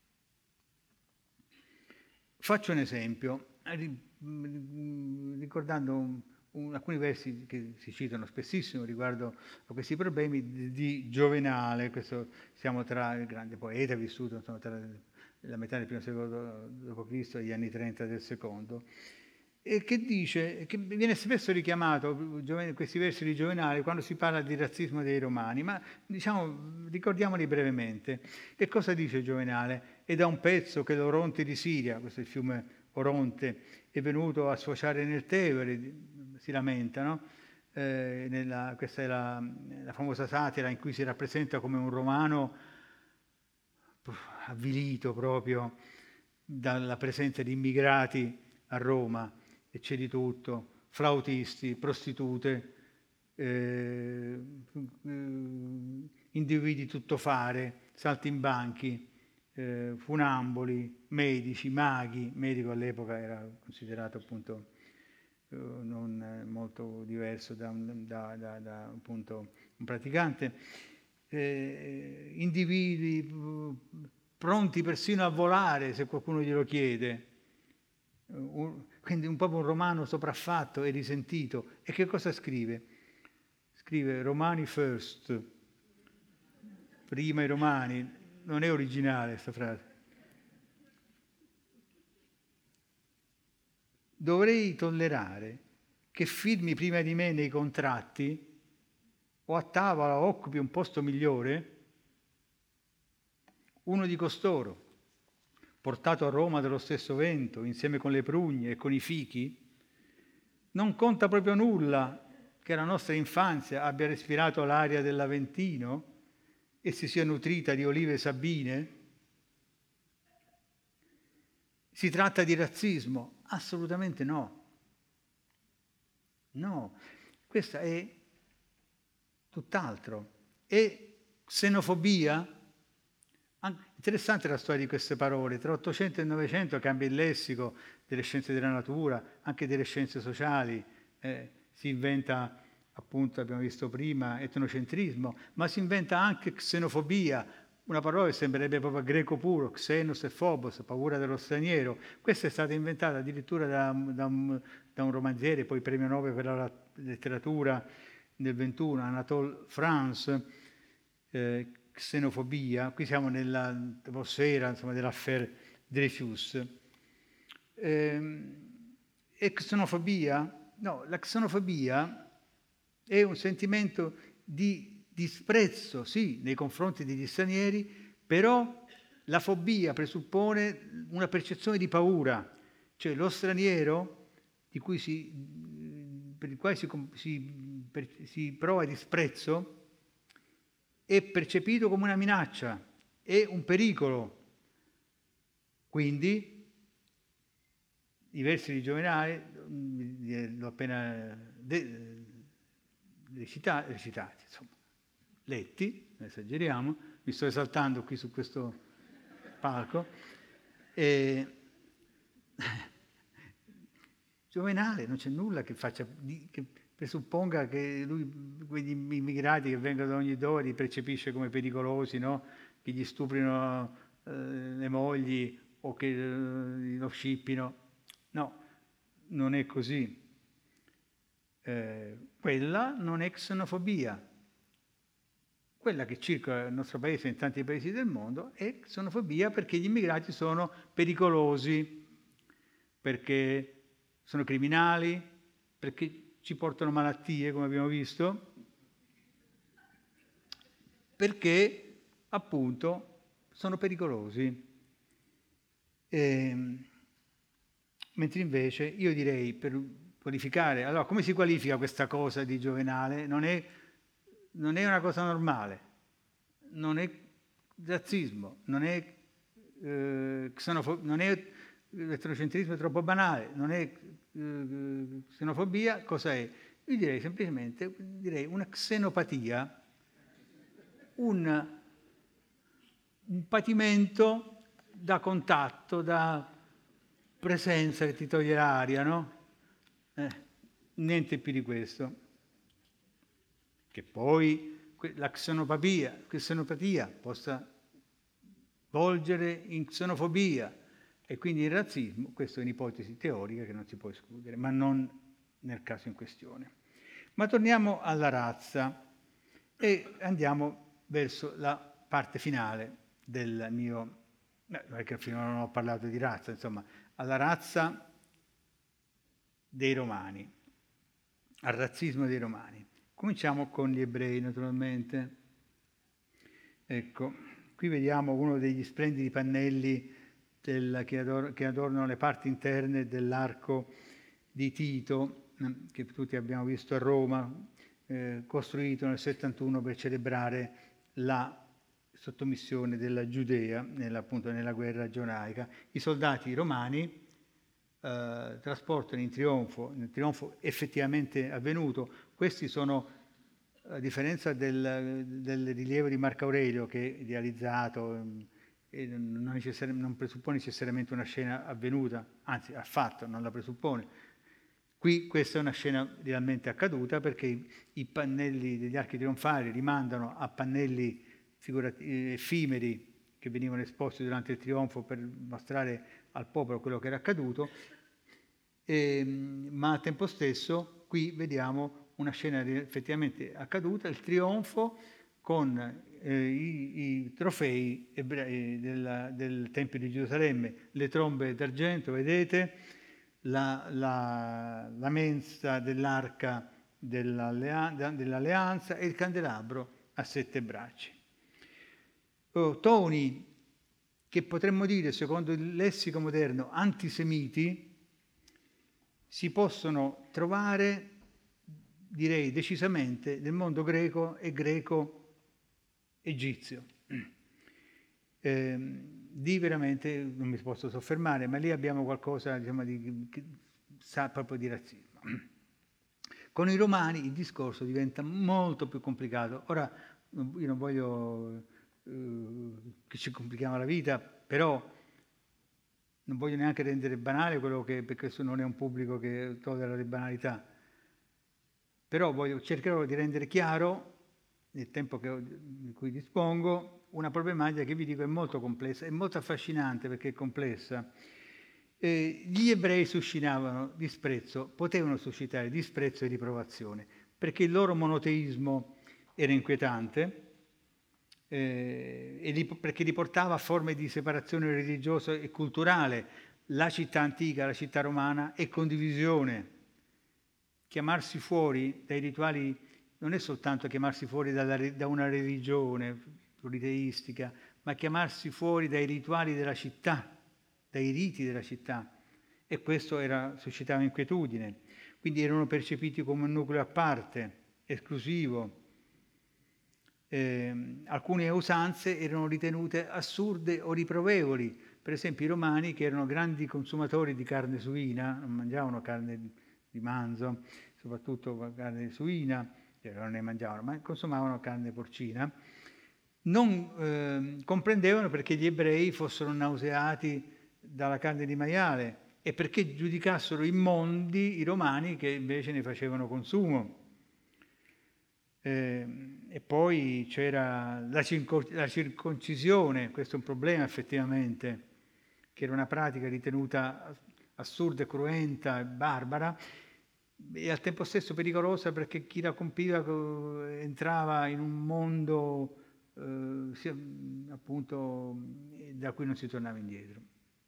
Faccio un esempio, ricordando un, un, alcuni versi che si citano spessissimo riguardo a questi problemi di, di Giovenale. Questo, siamo tra il grande poeta vissuto insomma, tra la metà del primo secolo dopo Cristo e gli anni trenta del secondo, e che dice, che viene spesso richiamato questi versi di Giovenale quando si parla di razzismo dei romani, ma diciamo, ricordiamoli brevemente. Che cosa dice Giovenale? È da un pezzo che l'Oronte di Siria, questo è il fiume Oronte, è venuto a sfociare nel Tevere, si lamenta, no? Eh, nella, questa è la, la famosa satira in cui si rappresenta come un romano avvilito proprio dalla presenza di immigrati a Roma, e c'è di tutto, flautisti, prostitute, eh, individui tuttofare, saltimbanchi, eh, funamboli, medici, maghi. Medico all'epoca era considerato appunto eh, non molto diverso da un, da, da, da, appunto, un praticante, eh, individui pronti persino a volare se qualcuno glielo chiede. Quindi un po' un romano sopraffatto e risentito. E che cosa scrive? Scrive Romani first, prima i romani. Non è originale questa frase. Dovrei tollerare che firmi prima di me nei contratti o a tavola occupi un posto migliore uno di costoro, portato a Roma dallo stesso vento, insieme con le prugne e con i fichi. Non conta proprio nulla che la nostra infanzia abbia respirato l'aria dell'Aventino e si sia nutrita di olive sabine. Si tratta di razzismo? Assolutamente no. No, questa è tutt'altro. È xenofobia? Interessante la storia di queste parole. Tra Ottocento e Novecento cambia il lessico delle scienze della natura, anche delle scienze sociali. Eh, si inventa, appunto, abbiamo visto prima, etnocentrismo, ma si inventa anche xenofobia, una parola che sembrerebbe proprio greco puro, xenos e phobos, paura dello straniero. Questa è stata inventata addirittura da, da, un, da un romanziere, poi premio Nobel per la letteratura nel ventuno, Anatole France, eh, xenofobia. Qui siamo nell'atmosfera, insomma, dell'affaire Dreyfus. Eh, e xenofobia? No, la xenofobia è un sentimento di disprezzo, sì, nei confronti degli stranieri, però la fobia presuppone una percezione di paura, cioè lo straniero di cui si, per il quale si, si, per, si prova disprezzo è percepito come una minaccia, è un pericolo. Quindi i versi di Giovenale, l'ho appena de, recitati, recitati, insomma, letti, non esageriamo, mi sto esaltando qui su questo palco. E Giovenale non c'è nulla che faccia, che presupponga che lui, quegli immigrati che vengono da ogni dove, li percepisce come pericolosi, no? Che gli stuprino eh, le mogli o che eh, lo scippino. No, non è così. Eh, quella non è xenofobia. Quella che circola nel nostro paese e in tanti paesi del mondo è xenofobia perché gli immigrati sono pericolosi, perché sono criminali, perché ci portano malattie, come abbiamo visto, perché appunto sono pericolosi. E, mentre invece io direi, per qualificare, allora come si qualifica questa cosa di Giovenale? Non è non è una cosa normale, non è razzismo, non è, eh, xenofo- non è l'etnocentrismo è troppo banale, non è eh, xenofobia, cosa è? Io direi semplicemente direi una xenopatia, un, un patimento da contatto, da presenza che ti toglie l'aria, no? Eh, niente più di questo. Che poi la xenopatia, xenopatia possa volgere in xenofobia e quindi il razzismo, questa è un'ipotesi teorica che non si può escludere, ma non nel caso in questione. Ma torniamo alla razza e andiamo verso la parte finale del mio, eh, perché finora non ho parlato di razza, insomma, alla razza dei Romani, al razzismo dei Romani. Cominciamo con gli ebrei, naturalmente. Ecco, qui vediamo uno degli splendidi pannelli del, che, ador- che adornano le parti interne dell'arco di Tito, che tutti abbiamo visto a Roma, eh, costruito nel settantuno per celebrare la sottomissione della Giudea, nella, appunto nella guerra giudaica. I soldati romani eh, trasportano in trionfo, nel trionfo effettivamente avvenuto. Questi sono, a differenza del, del rilievo di Marco Aurelio, che è idealizzato e non, necessari- non presuppone necessariamente una scena avvenuta, anzi affatto non la presuppone. Qui questa è una scena realmente accaduta, perché i, i pannelli degli archi trionfali rimandano a pannelli figurati- effimeri che venivano esposti durante il trionfo per mostrare al popolo quello che era accaduto, e, ma al tempo stesso qui vediamo una scena effettivamente accaduta, il trionfo con eh, i, i trofei ebrei della, del Tempio di Gerusalemme, le trombe d'argento, vedete, la, la, la mensa dell'arca dell'allea- dell'alleanza e il candelabro a sette bracci. Oh, toni che potremmo dire, secondo il lessico moderno, antisemiti, si possono trovare, direi decisamente, nel mondo greco e greco-egizio. Eh, di veramente, non mi posso soffermare, ma lì abbiamo qualcosa, diciamo, di, che sa proprio di razzismo. Con i romani il discorso diventa molto più complicato. Ora, io non voglio eh, che ci complichiamo la vita, però non voglio neanche rendere banale quello che, perché questo non è un pubblico che tollera le banalità, però voglio, cercherò di rendere chiaro, nel tempo che, di cui dispongo, una problematica che vi dico è molto complessa, è molto affascinante perché è complessa. Eh, gli ebrei suscitavano disprezzo, potevano suscitare disprezzo e riprovazione, perché il loro monoteismo era inquietante, eh, e li, perché riportava a forme di separazione religiosa e culturale. La città antica, la città romana, è condivisione. Chiamarsi fuori dai rituali non è soltanto chiamarsi fuori dalla, da una religione politeistica, ma chiamarsi fuori dai rituali della città, dai riti della città. E questo era, suscitava inquietudine. Quindi erano percepiti come un nucleo a parte, esclusivo. Eh, alcune usanze erano ritenute assurde o riprovevoli. Per esempio i romani, che erano grandi consumatori di carne suina, non mangiavano carne di manzo, soprattutto carne suina, cioè non ne mangiavano, ma consumavano carne porcina, non eh, comprendevano perché gli ebrei fossero nauseati dalla carne di maiale e perché giudicassero immondi i romani che invece ne facevano consumo. Eh, e poi c'era la, circo- la circoncisione, questo è un problema effettivamente, che era una pratica ritenuta assurda, cruenta e barbara, e al tempo stesso pericolosa perché chi la compiva entrava in un mondo eh, sia, appunto da cui non si tornava indietro.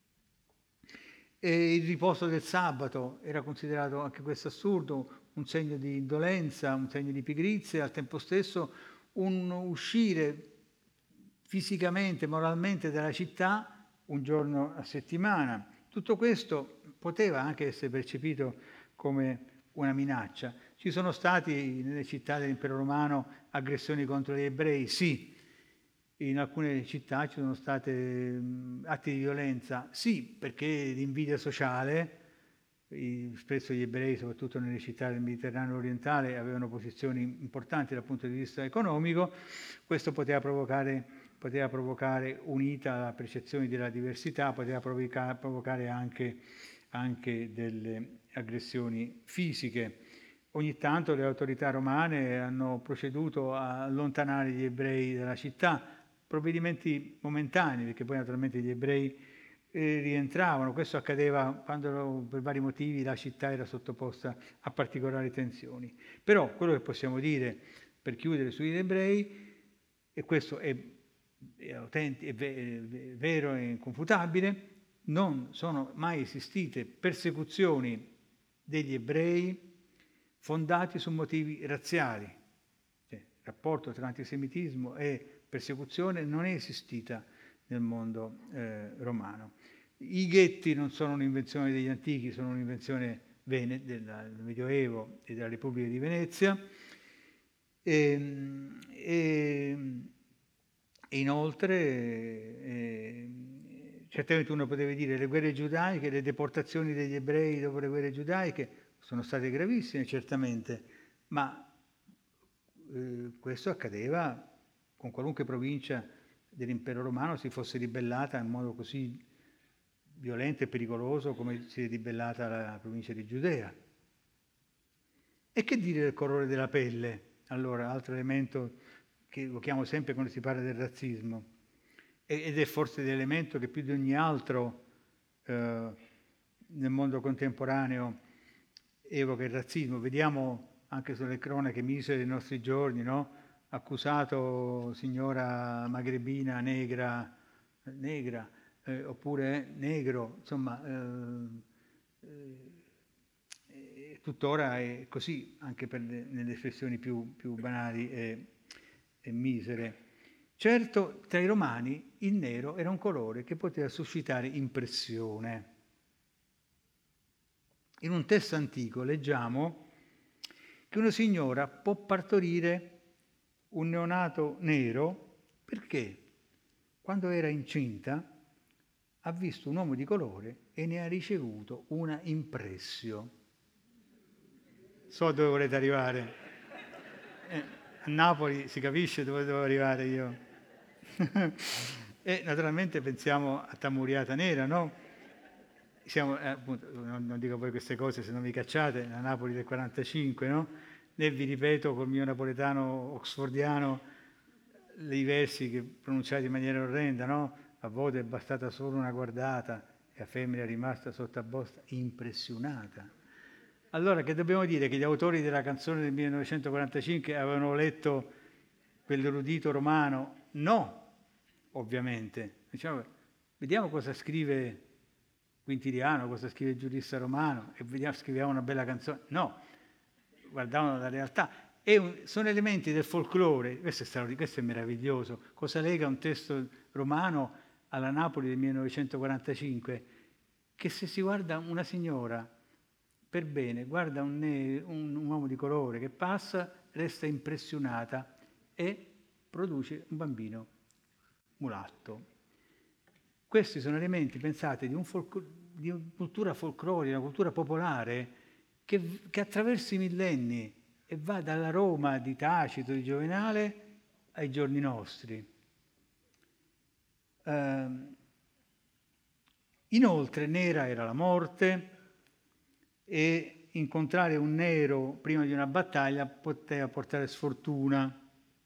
E il riposo del sabato era considerato anche questo assurdo, un segno di indolenza, un segno di pigrizia, e al tempo stesso un uscire fisicamente, moralmente dalla città un giorno a settimana. Tutto questo poteva anche essere percepito come una minaccia. Ci sono stati nelle città dell'impero romano aggressioni contro gli ebrei? Sì. In alcune città ci sono stati atti di violenza? Sì, perché l'invidia sociale, spesso gli ebrei, soprattutto nelle città del Mediterraneo orientale, avevano posizioni importanti dal punto di vista economico, questo poteva provocare, poteva provocare, unita alla percezione della diversità, poteva provocare, provocare anche, anche delle aggressioni fisiche. Ogni tanto le autorità romane hanno proceduto a allontanare gli ebrei dalla città, provvedimenti momentanei, perché poi naturalmente gli ebrei eh, rientravano. Questo accadeva quando per vari motivi la città era sottoposta a particolari tensioni. Però quello che possiamo dire per chiudere sugli ebrei, e questo è, è, autentico, è, è vero e inconfutabile, non sono mai esistite persecuzioni degli ebrei fondati su motivi razziali. Cioè, il rapporto tra antisemitismo e persecuzione non è esistita nel mondo eh, romano. I ghetti non sono un'invenzione degli antichi, sono un'invenzione vene, del, del Medioevo e della Repubblica di Venezia. E, e, e inoltre, eh, certamente uno potrebbe dire le guerre giudaiche, le deportazioni degli ebrei dopo le guerre giudaiche sono state gravissime, certamente, ma eh, questo accadeva con qualunque provincia dell'impero romano si fosse ribellata in modo così violento e pericoloso come si è ribellata la provincia di Giudea. E che dire del colore della pelle? Allora, altro elemento che evochiamo sempre quando si parla del razzismo, ed è forse l'elemento che più di ogni altro eh, nel mondo contemporaneo evoca il razzismo. Vediamo anche sulle cronache misere dei nostri giorni, no? Accusato signora magrebina, negra, negra eh, oppure negro, insomma, eh, eh, tuttora è così, anche per le, nelle espressioni più, più banali e, e misere. Certo, tra i romani il nero era un colore che poteva suscitare impressione. In un testo antico leggiamo che una signora può partorire un neonato nero perché quando era incinta ha visto un uomo di colore e ne ha ricevuto una impressio. So dove volete arrivare. Eh, a Napoli si capisce dove devo arrivare io. E naturalmente pensiamo a Tamuriata Nera, no? Siamo, eh, appunto, non, non dico poi queste cose se non vi cacciate, la Napoli del quarantacinque, no? Né vi ripeto col mio napoletano oxfordiano i versi che pronunciati in maniera orrenda, no? A volte è bastata solo una guardata e la femmina è rimasta sotto a bosta impressionata. Allora, che dobbiamo dire? Che gli autori della canzone del millenovecentoquarantacinque avevano letto quell'erudito romano? No, ovviamente. Diciamo, vediamo cosa scrive Quintiliano, cosa scrive il giurista romano, e vediamo, scriviamo una bella canzone. No, guardavano la realtà. E un, sono elementi del folklore, questo è straordinario, questo è meraviglioso. Cosa lega un testo romano alla Napoli del millenovecentoquarantacinque? Che se si guarda una signora per bene, guarda un, un, un uomo di colore che passa, resta impressionata e produce un bambino mulatto. Questi sono elementi, pensate, di, un folclore, di una cultura folclorica, una cultura popolare che, che attraversa i millenni e va dalla Roma di Tacito, di Giovenale, ai giorni nostri. Uh, inoltre, nera era la morte e incontrare un nero prima di una battaglia poteva portare sfortuna.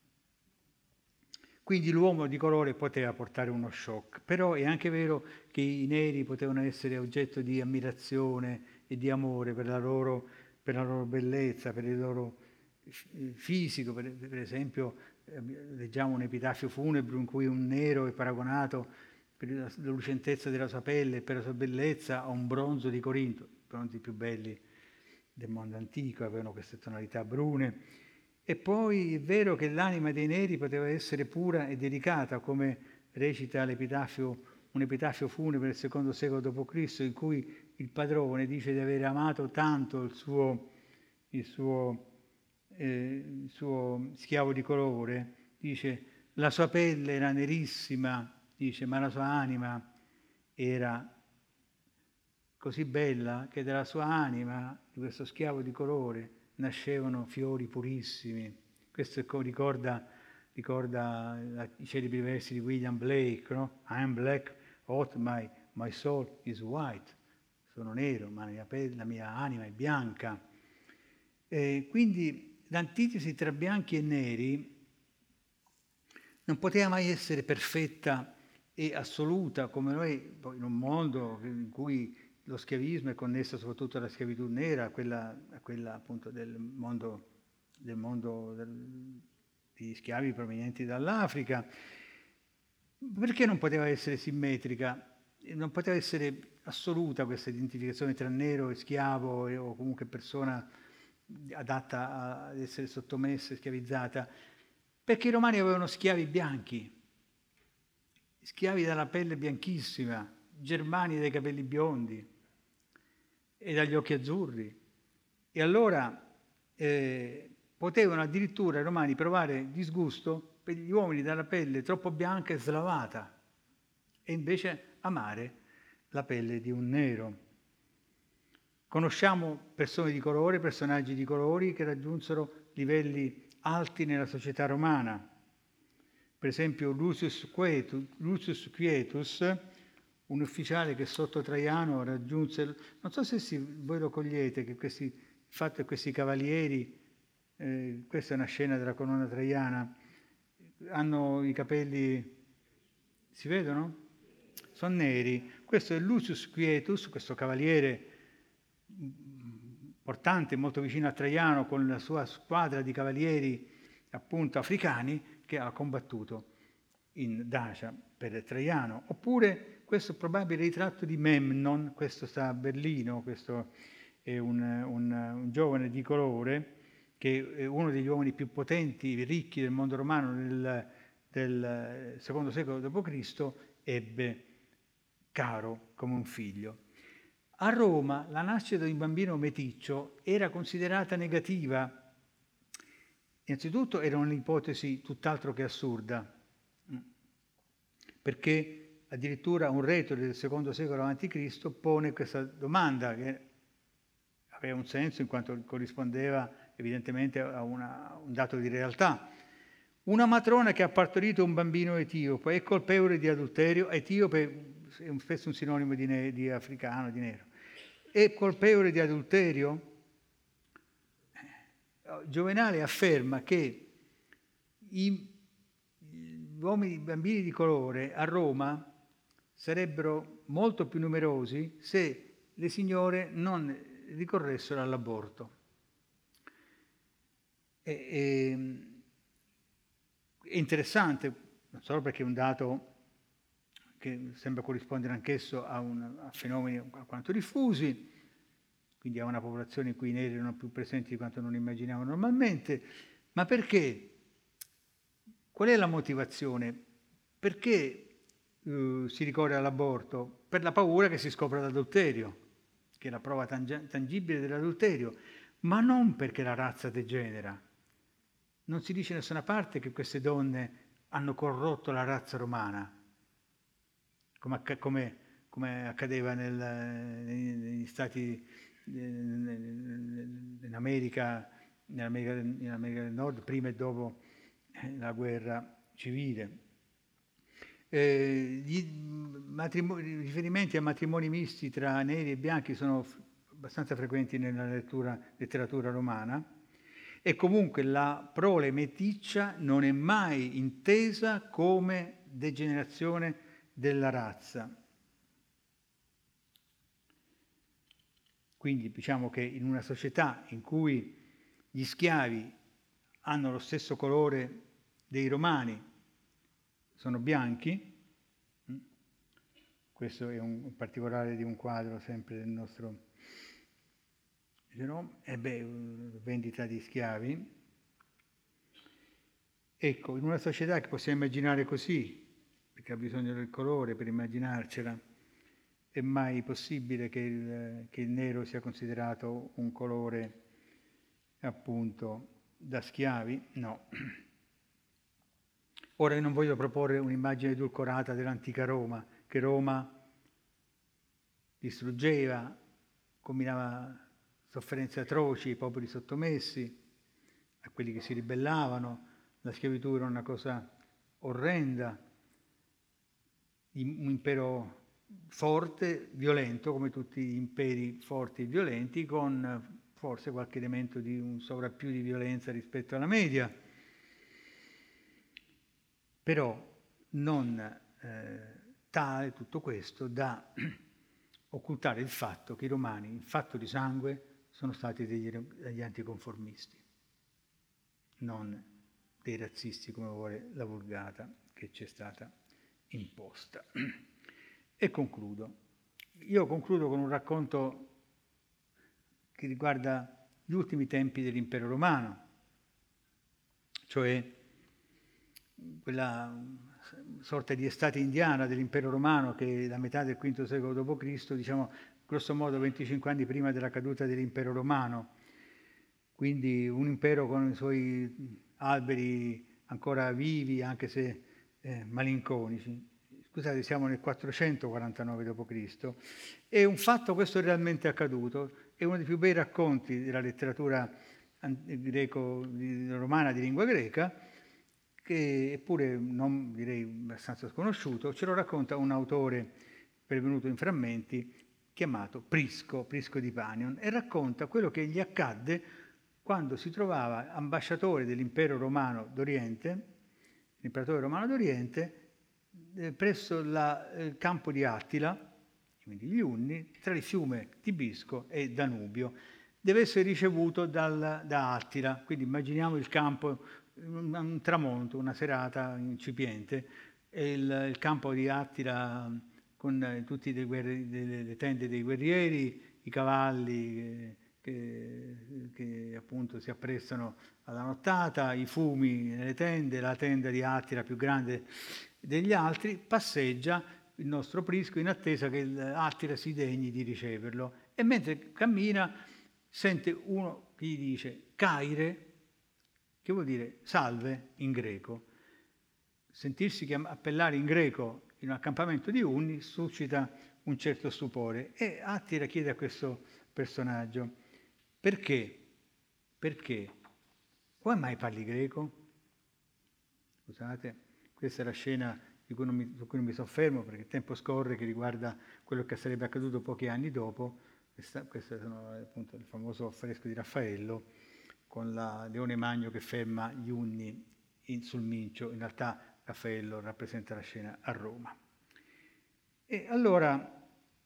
Quindi l'uomo di colore poteva portare uno shock, però è anche vero che i neri potevano essere oggetto di ammirazione e di amore per la loro, per la loro bellezza, per il loro fisico. Per, per esempio leggiamo un epitafio funebre in cui un nero è paragonato per la lucentezza della sua pelle e per la sua bellezza a un bronzo di Corinto. I bronzi più belli del mondo antico avevano queste tonalità brune. E poi è vero che l'anima dei neri poteva essere pura e delicata, come recita l'epitafio, un epitafio funebre del secondo secolo dopo Cristo, in cui il padrone dice di aver amato tanto il suo, il suo, eh, il suo schiavo di colore, dice la sua pelle era nerissima, dice, ma la sua anima era così bella che dalla sua anima, di questo schiavo di colore, nascevano fiori purissimi. Questo ricorda, ricorda i celebri versi di William Blake, no? I am black, hot, my, my soul is white. Sono nero, ma la mia, pelle, la mia anima è bianca. E quindi l'antitesi tra bianchi e neri non poteva mai essere perfetta e assoluta, come noi in un mondo in cui lo schiavismo è connesso soprattutto alla schiavitù nera, a quella, a quella appunto del mondo, del mondo del, di schiavi provenienti dall'Africa. Perché non poteva essere simmetrica? Non poteva essere assoluta questa identificazione tra nero e schiavo e, o comunque persona adatta ad essere sottomessa e schiavizzata? Perché i romani avevano schiavi bianchi, schiavi dalla pelle bianchissima, germani dai capelli biondi e dagli occhi azzurri. E allora eh, potevano addirittura i romani provare disgusto per gli uomini dalla pelle troppo bianca e slavata e invece amare la pelle di un nero. Conosciamo persone di colore, personaggi di colori che raggiunsero livelli alti nella società romana. Per esempio Lucius Quietus, Lucius Quietus, un ufficiale che sotto Traiano raggiunse, non so se si, voi lo cogliete, che questi, il fatto che questi cavalieri, eh, questa è una scena della colonna traiana, hanno i capelli, si vedono? Sono neri. Questo è Lucius Quietus, questo cavaliere importante, molto vicino a Traiano, con la sua squadra di cavalieri appunto africani che ha combattuto in Dacia per Traiano. Oppure questo probabile ritratto di Memnon, questo sta a Berlino, questo è un, un, un giovane di colore che è uno degli uomini più potenti e ricchi del mondo romano nel, del secondo secolo dopo Cristo, ebbe Caro come un figlio. A Roma la nascita di un bambino meticcio era considerata negativa. Innanzitutto era un'ipotesi tutt'altro che assurda, perché addirittura un retore del secondo secolo avanti Cristo pone questa domanda che aveva un senso in quanto corrispondeva evidentemente a una, un dato di realtà. Una matrona che ha partorito un bambino etiope è colpevole di adulterio, etiope è spesso un sinonimo di, ne, di africano, di nero, è colpevole di adulterio? Giovenale afferma che i, gli uomini, i bambini di colore a Roma sarebbero molto più numerosi se le signore non ricorressero all'aborto. E, e, è interessante, non solo perché è un dato che sembra corrispondere anch'esso a, un, a fenomeni alquanto diffusi, quindi a una popolazione in cui i neri erano più presenti di quanto non immaginiamo normalmente, ma perché? Qual è la motivazione? Perché uh, si ricorre all'aborto? Per la paura che si scopra l'adulterio, che è la prova tang- tangibile dell'adulterio, ma non perché la razza degenera. Non si dice da nessuna parte che queste donne hanno corrotto la razza romana, come, come, come accadeva nel, negli stati, in America, in America, in America del Nord, prima e dopo la guerra civile. Eh, gli matrimoni, riferimenti a matrimoni misti tra neri e bianchi sono abbastanza frequenti nella lettura, letteratura romana. E comunque la prole meticcia non è mai intesa come degenerazione della razza. Quindi diciamo che in una società in cui gli schiavi hanno lo stesso colore dei romani, sono bianchi, questo è un particolare di un quadro sempre del nostro e beh, vendita di schiavi. Ecco, in una società che possiamo immaginare così, perché ha bisogno del colore per immaginarcela, è mai possibile che il, che il nero sia considerato un colore appunto da schiavi, no. Ora io non voglio proporre un'immagine edulcorata dell'antica Roma, che Roma distruggeva, combinava sofferenze atroci ai popoli sottomessi, a quelli che si ribellavano, la schiavitù era una cosa orrenda, un impero forte, violento, come tutti gli imperi forti e violenti, con forse qualche elemento di un sovrappiù di violenza rispetto alla media, però non eh, tale tutto questo da occultare il fatto che i romani, in fatto di sangue, sono stati degli, degli anticonformisti, non dei razzisti come vuole la vulgata che ci è stata imposta. E concludo. Io concludo con un racconto che riguarda gli ultimi tempi dell'impero romano, cioè quella sorta di estate indiana dell'impero romano che è la metà del quinto secolo dopo Cristo, diciamo grosso modo venticinque anni prima della caduta dell'impero romano, quindi un impero con i suoi alberi ancora vivi, anche se eh, malinconici. Scusate, siamo nel quattrocentoquarantanove dopo Cristo E un fatto, questo è realmente accaduto, è uno dei più bei racconti della letteratura greco, romana di lingua greca, che eppure non direi abbastanza sconosciuto, ce lo racconta un autore pervenuto in frammenti chiamato Prisco, Prisco di Panion, e racconta quello che gli accadde quando si trovava ambasciatore dell'impero romano d'Oriente, l'imperatore romano d'Oriente, eh, presso la, il campo di Attila, quindi gli Unni, tra il fiume Tibisco e Danubio. Deve essere ricevuto dal, da Attila, quindi immaginiamo il campo, un, un tramonto, una serata incipiente, e il, il campo di Attila con eh, tutte le, le, le tende dei guerrieri, i cavalli eh, che, che appunto si apprestano alla nottata, i fumi nelle tende, la tenda di Attila più grande degli altri, passeggia il nostro Prisco in attesa che Attila si degni di riceverlo, e mentre cammina sente uno che gli dice Caire, che vuol dire salve in greco. Sentirsi chiam- appellare in greco in un accampamento di Unni suscita un certo stupore, e Attila chiede a questo personaggio perché, perché, come mai parli greco? Scusate, questa è la scena di cui non mi, su cui non mi soffermo perché il tempo scorre, che riguarda quello che sarebbe accaduto pochi anni dopo. Questa, questo è appunto il famoso affresco di Raffaello con la Leone Magno che ferma gli Unni in, sul Mincio. In realtà Raffaello rappresenta la scena a Roma. E allora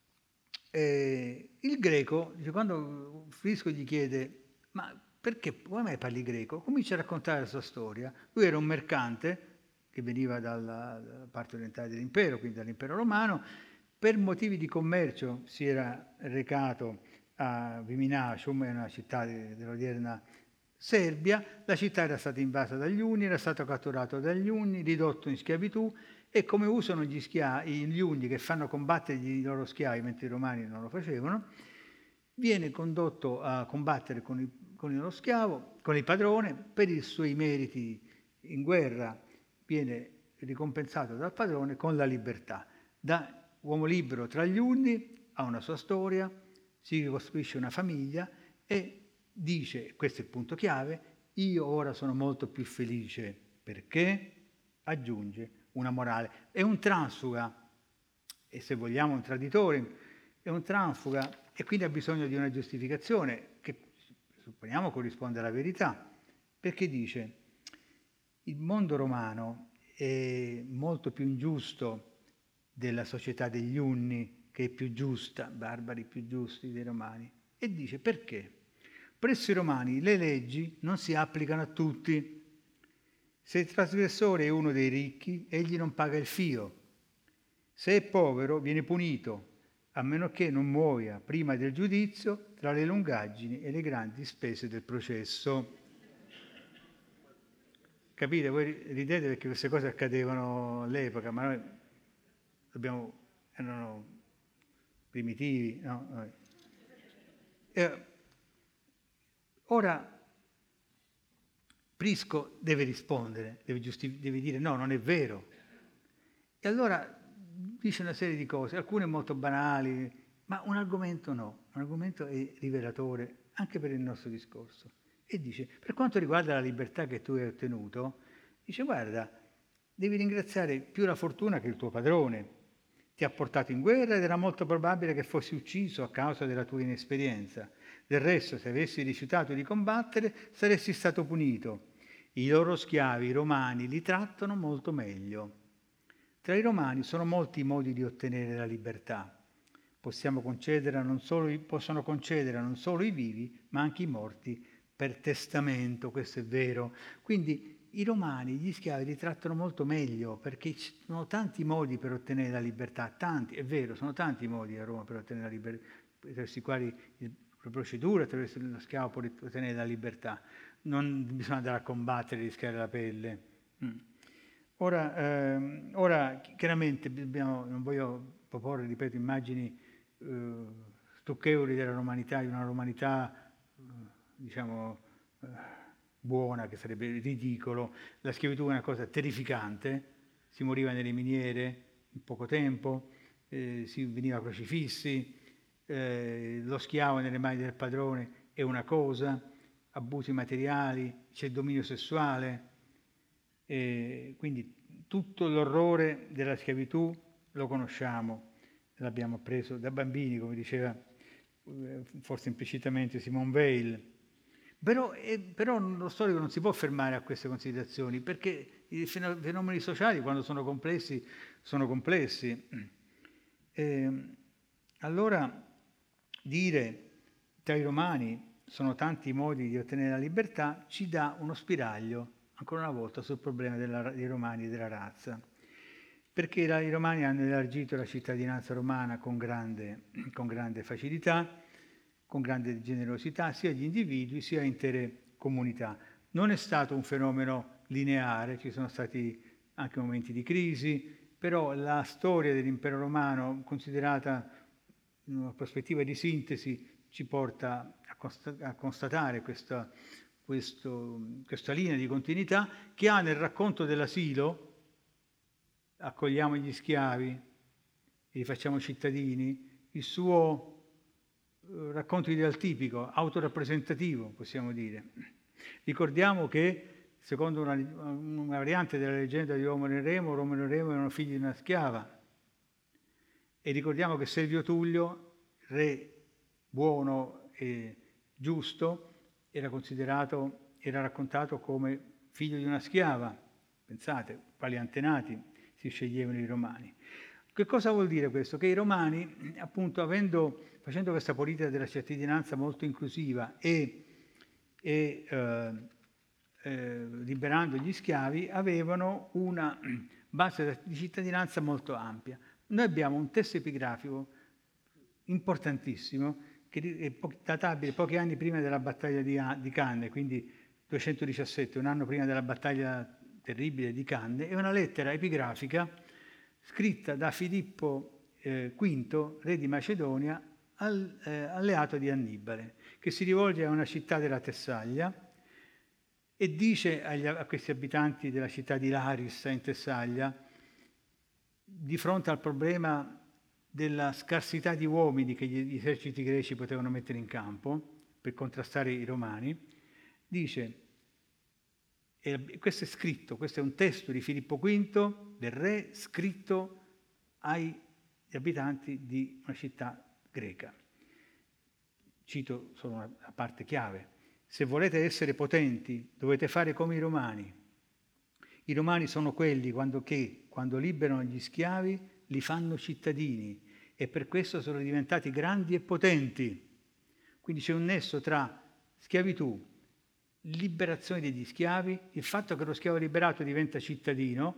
eh, il greco, dice, quando Prisco gli chiede ma perché, come mai parli greco? Comincia a raccontare la sua storia. Lui era un mercante che veniva dalla, dalla parte orientale dell'impero, quindi dall'impero romano, per motivi di commercio si era recato a Viminacium, una città dell'odierna Serbia. La città era stata invasa dagli Unni, era stato catturato dagli Unni, ridotto in schiavitù, e come usano gli, schiavi, gli Unni che fanno combattere i loro schiavi mentre i romani non lo facevano, viene condotto a combattere con il, con lo schiavo, con il padrone, per i suoi meriti in guerra viene ricompensato dal padrone con la libertà. Da uomo libero tra gli Unni ha una sua storia, si ricostruisce una famiglia e dice, questo è il punto chiave, io ora sono molto più felice perché, aggiunge, una morale. È un transfuga, e se vogliamo un traditore, è un transfuga, e quindi ha bisogno di una giustificazione che supponiamo corrisponde alla verità, perché dice il mondo romano è molto più ingiusto della società degli Unni, che è più giusta, barbari più giusti dei romani, e dice perché? Presso i romani le leggi non si applicano a tutti. Se il trasgressore è uno dei ricchi, egli non paga il fio. Se è povero, viene punito, a meno che non muoia prima del giudizio tra le lungaggini e le grandi spese del processo. Capite? Voi ridete perché queste cose accadevano all'epoca, ma noi dobbiamo, erano primitivi, no? Eh, ora, Prisco deve rispondere, deve, giustif- deve dire no, non è vero. E allora dice una serie di cose, alcune molto banali, ma un argomento no, un argomento è rivelatore anche per il nostro discorso. E dice, per quanto riguarda la libertà che tu hai ottenuto, dice guarda, devi ringraziare più la fortuna che il tuo padrone. Ti ha portato in guerra ed era molto probabile che fossi ucciso a causa della tua inesperienza. Del resto, se avessi rifiutato di combattere, saresti stato punito. I loro schiavi, i romani, li trattano molto meglio. Tra i romani sono molti i modi di ottenere la libertà. Possiamo concedere non solo i, possono concedere non solo i vivi, ma anche i morti per testamento, questo è vero. Quindi i romani, gli schiavi li trattano molto meglio perché ci sono tanti modi per ottenere la libertà, tanti, è vero, sono tanti i modi a Roma per ottenere la libertà, attraverso i quali la procedura, attraverso lo schiavo può ottenere la libertà. Non bisogna andare a combattere e rischiare la pelle. Mm. Ora, ehm, ora, chiaramente, dobbiamo, non voglio proporre, ripeto, immagini eh, stucchevoli della romanità, di una romanità, eh, diciamo, eh, buona, che sarebbe ridicolo. La schiavitù è una cosa terrificante, si moriva nelle miniere in poco tempo, eh, si veniva crocifissi, eh, lo schiavo nelle mani del padrone è una cosa, abusi materiali, c'è dominio sessuale, eh, quindi tutto l'orrore della schiavitù lo conosciamo, l'abbiamo appreso da bambini, come diceva eh, forse implicitamente Simone Weil. Però, eh, però lo storico non si può fermare a queste considerazioni, perché i fenomeni sociali, quando sono complessi, sono complessi. Eh, allora, dire tra i romani sono tanti i modi di ottenere la libertà, ci dà uno spiraglio, ancora una volta, sul problema della, dei romani e della razza. Perché la, i romani hanno elargito la cittadinanza romana con grande, con grande facilità, con grande generosità, sia agli individui sia a intere comunità. Non è stato un fenomeno lineare, ci sono stati anche momenti di crisi, però la storia dell'impero romano, considerata in una prospettiva di sintesi, ci porta a, consta- a constatare questa, questo, questa linea di continuità che ha nel racconto dell'asilo, accogliamo gli schiavi e li facciamo cittadini, il suo racconto idealtipico, autorappresentativo, possiamo dire. Ricordiamo che, secondo una, una variante della leggenda di Romolo e Remo, Romolo e Remo erano figli di una schiava. E ricordiamo che Servio Tullio, re buono e giusto, era considerato, era raccontato come figlio di una schiava. Pensate, quali antenati si sceglievano i romani. Che cosa vuol dire questo? Che i romani, appunto, avendo, facendo questa politica della cittadinanza molto inclusiva e, e eh, eh, liberando gli schiavi, avevano una base di cittadinanza molto ampia. Noi abbiamo un testo epigrafico importantissimo, che è databile pochi anni prima della battaglia di, di Canne, quindi duecentodiciassette, un anno prima della battaglia terribile di Canne, è una lettera epigrafica scritta da Filippo eh, V, re di Macedonia, al, eh, alleato di Annibale, che si rivolge a una città della Tessaglia e dice agli, a questi abitanti della città di Larissa in Tessaglia, di fronte al problema della scarsità di uomini che gli eserciti greci potevano mettere in campo per contrastare i romani, dice, e questo è scritto, questo è un testo di Filippo V, del re, scritto agli abitanti di una città greca. Cito solo una, una parte chiave. Se volete essere potenti, dovete fare come i romani. I romani sono quelli quando, che, quando liberano gli schiavi, li fanno cittadini e per questo sono diventati grandi e potenti. Quindi c'è un nesso tra schiavitù, liberazione degli schiavi, il fatto che lo schiavo liberato diventa cittadino,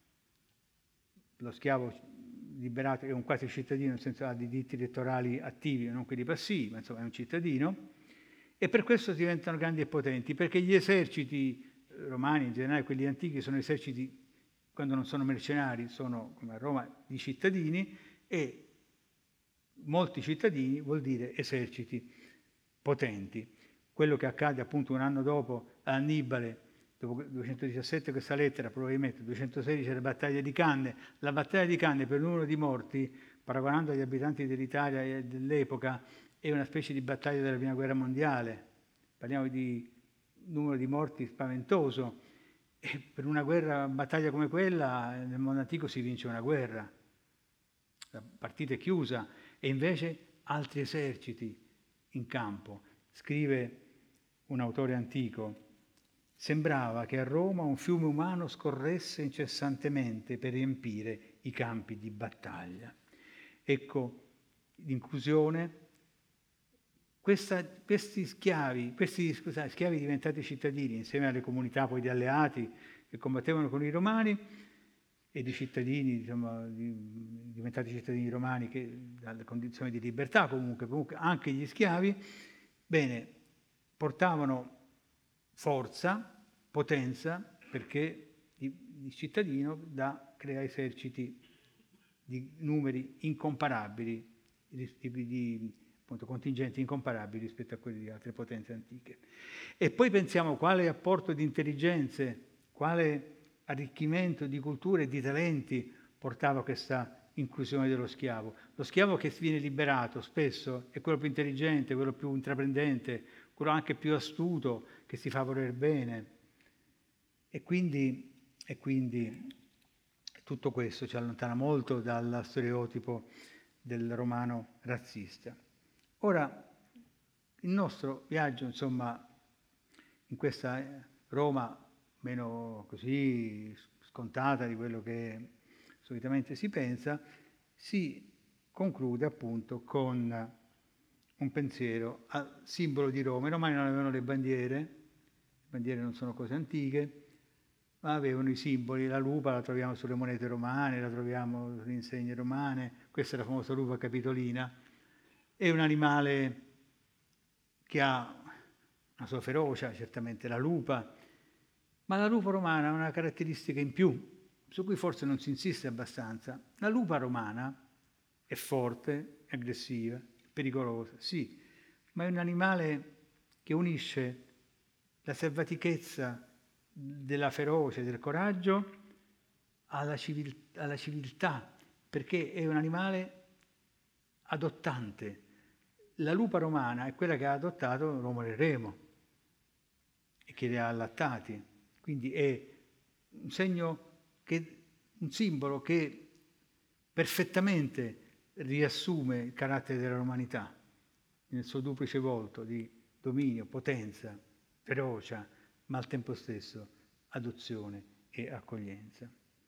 lo schiavo liberato è un quasi cittadino, nel senso ha dei diritti elettorali attivi, non quelli passivi, ma insomma è un cittadino, e per questo diventano grandi e potenti, perché gli eserciti romani, in generale quelli antichi, sono eserciti, quando non sono mercenari, sono, come a Roma, di cittadini, e molti cittadini vuol dire eserciti potenti. Quello che accade appunto un anno dopo a Annibale dopo duecentodiciassette questa lettera, probabilmente duecentosedici la battaglia di Canne. La battaglia di Canne per numero di morti, paragonando agli abitanti dell'Italia e dell'epoca, è una specie di battaglia della Prima Guerra Mondiale. Parliamo di numero di morti spaventoso. E per una guerra, una battaglia come quella, nel mondo antico si vince una guerra. La partita è chiusa e invece altri eserciti in campo. Scrive un autore antico: sembrava che a Roma un fiume umano scorresse incessantemente per riempire i campi di battaglia. Ecco, l'inclusione, questa, questi schiavi, questi scusate, schiavi diventati cittadini, insieme alle comunità poi di alleati che combattevano con i romani, e di cittadini, insomma, di, diventati cittadini romani che dalle condizioni di libertà comunque, comunque anche gli schiavi, bene, portavano forza, potenza, perché il cittadino da, crea eserciti di numeri incomparabili, di, di appunto, contingenti incomparabili rispetto a quelli di altre potenze antiche. E poi pensiamo quale apporto di intelligenze, quale arricchimento di culture e di talenti portava questa inclusione dello schiavo. Lo schiavo che viene liberato spesso è quello più intelligente, quello più intraprendente, quello anche più astuto, che si fa voler bene. E quindi, e quindi tutto questo ci allontana molto dal stereotipo del romano razzista. Ora, il nostro viaggio, insomma, in questa Roma meno così scontata di quello che solitamente si pensa, si conclude appunto con un pensiero al simbolo di Roma. I romani non avevano le bandiere, le bandiere non sono cose antiche, ma avevano i simboli. La lupa la troviamo sulle monete romane, la troviamo sulle insegne romane, questa è la famosa lupa capitolina, è un animale che ha una sua ferocia, certamente la lupa, ma la lupa romana ha una caratteristica in più, su cui forse non si insiste abbastanza. La lupa romana è forte, è aggressiva, è pericolosa, sì, ma è un animale che unisce la selvatichezza della ferocia, del coraggio, alla, civil- alla civiltà, perché è un animale adottante. La lupa romana è quella che ha adottato Romolo e Remo e che li ha allattati. Quindi è un segno, che, un simbolo che perfettamente riassume il carattere della romanità nel suo duplice volto di dominio, potenza, ferocia, ma al tempo stesso adozione e accoglienza.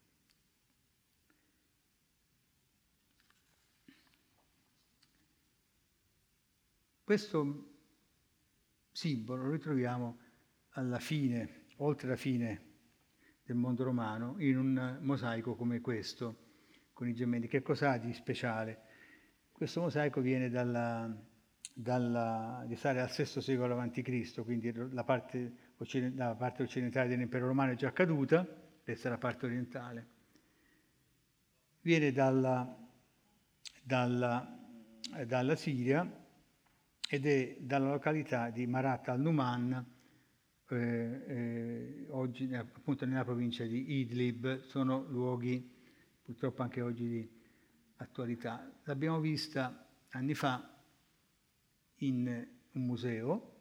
Questo simbolo lo ritroviamo alla fine, oltre la fine del mondo romano, in un mosaico come questo, con i gemelli. Che cos'ha di speciale? Questo mosaico viene dalla, dalla, risale al sesto secolo avanti Cristo, quindi la parte, la parte occidentale dell'impero romano è già caduta, questa è la parte orientale. Viene dalla, dalla, dalla Siria ed è dalla località di Marat al-Numan, eh, eh, oggi appunto nella provincia di Idlib. Sono luoghi purtroppo anche oggi di attualità. L'abbiamo vista anni fa in un museo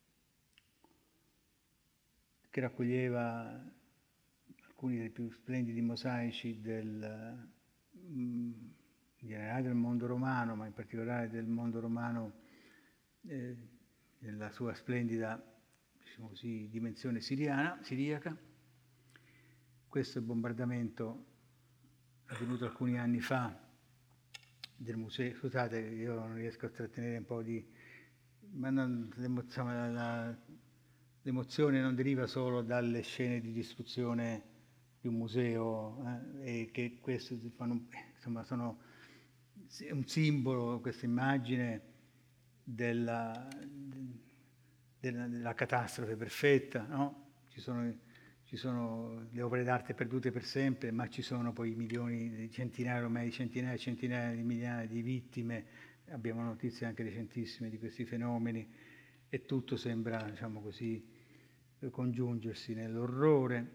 che raccoglieva alcuni dei più splendidi mosaici del, in generale del mondo romano, ma in particolare del mondo romano eh, nella sua splendida, diciamo così, dimensione siriana, siriaca. Questo è il bombardamento avvenuto alcuni anni fa del museo. Scusate, io non riesco a trattenere un po' di... ma non, insomma, la, l'emozione non deriva solo dalle scene di distruzione di un museo, eh, e che questo fanno, insomma, sono è un simbolo, questa immagine della, della, della catastrofe perfetta, no? Ci sono, ci sono le opere d'arte perdute per sempre, ma ci sono poi milioni, centinaia ormai, centinaia e centinaia di migliaia di vittime. Abbiamo notizie anche recentissime di questi fenomeni e tutto sembra, diciamo così, congiungersi nell'orrore.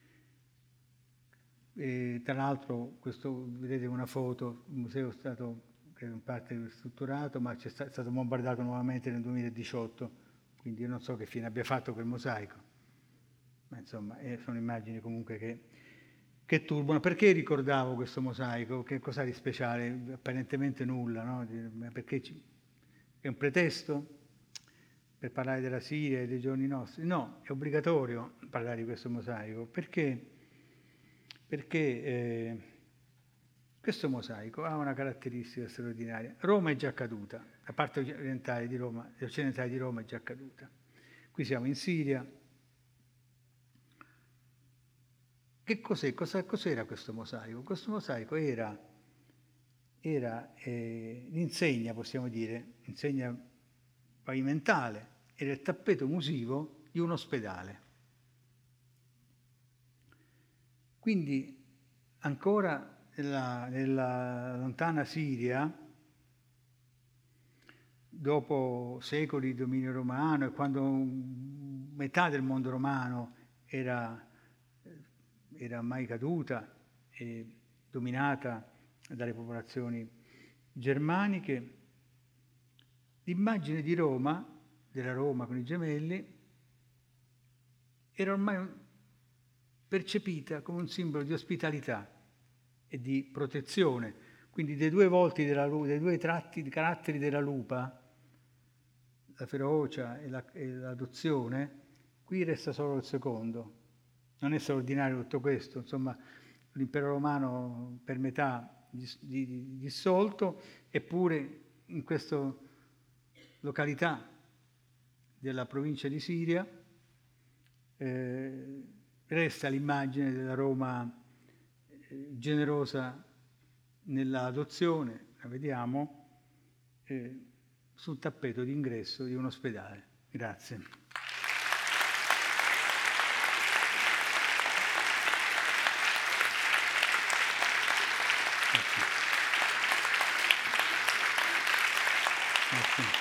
E, tra l'altro, questo, vedete una foto, il museo è stato in parte ristrutturato, ma c'è stato bombardato nuovamente nel duemiladiciotto, quindi io non so che fine abbia fatto quel mosaico, ma insomma eh, sono immagini comunque che, che turbano. Perché ricordavo questo mosaico? Che cosa di speciale? Apparentemente nulla, no? Perché ci, è un pretesto per parlare della Siria e dei giorni nostri? No, è obbligatorio parlare di questo mosaico, perché, perché eh, questo mosaico ha una caratteristica straordinaria. Roma è già caduta, la parte orientale di Roma, occidentale di Roma è già caduta. Qui siamo in Siria. Che cos'è? Cosa, cos'era questo mosaico? Questo mosaico era, era eh, l'insegna, possiamo dire, insegna pavimentale, era il tappeto musivo di un ospedale. Quindi ancora nella, nella lontana Siria, dopo secoli di dominio romano e quando metà del mondo romano era, era mai caduta e dominata dalle popolazioni germaniche, l'immagine di Roma, della Roma con i gemelli, era ormai percepita come un simbolo di ospitalità e di protezione. Quindi dei due volti, della, dei due tratti di caratteri della lupa, la ferocia e, la, e l'adozione, qui resta solo il secondo. Non è straordinario tutto questo, insomma, l'impero romano per metà dissolto, eppure in questa località della provincia di Siria eh, resta l'immagine della Roma eh, generosa nell'adozione, la vediamo, eh, sul tappeto d'ingresso di un ospedale. Grazie. Grazie.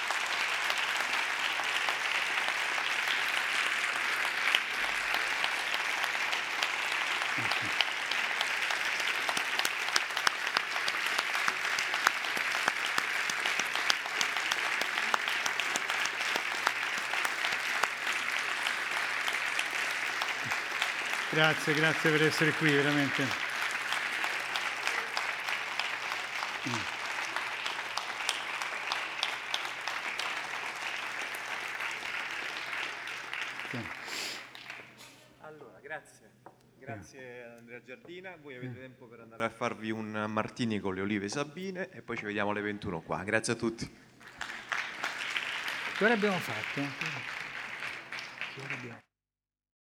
Grazie, grazie per essere qui, veramente. Allora, grazie. Grazie ad Andrea Giardina. Voi avete tempo per andare a farvi un martini con le olive sabine e poi ci vediamo alle ventuno qua. Grazie a tutti. Che ora abbiamo fatto? Che ora abbiamo...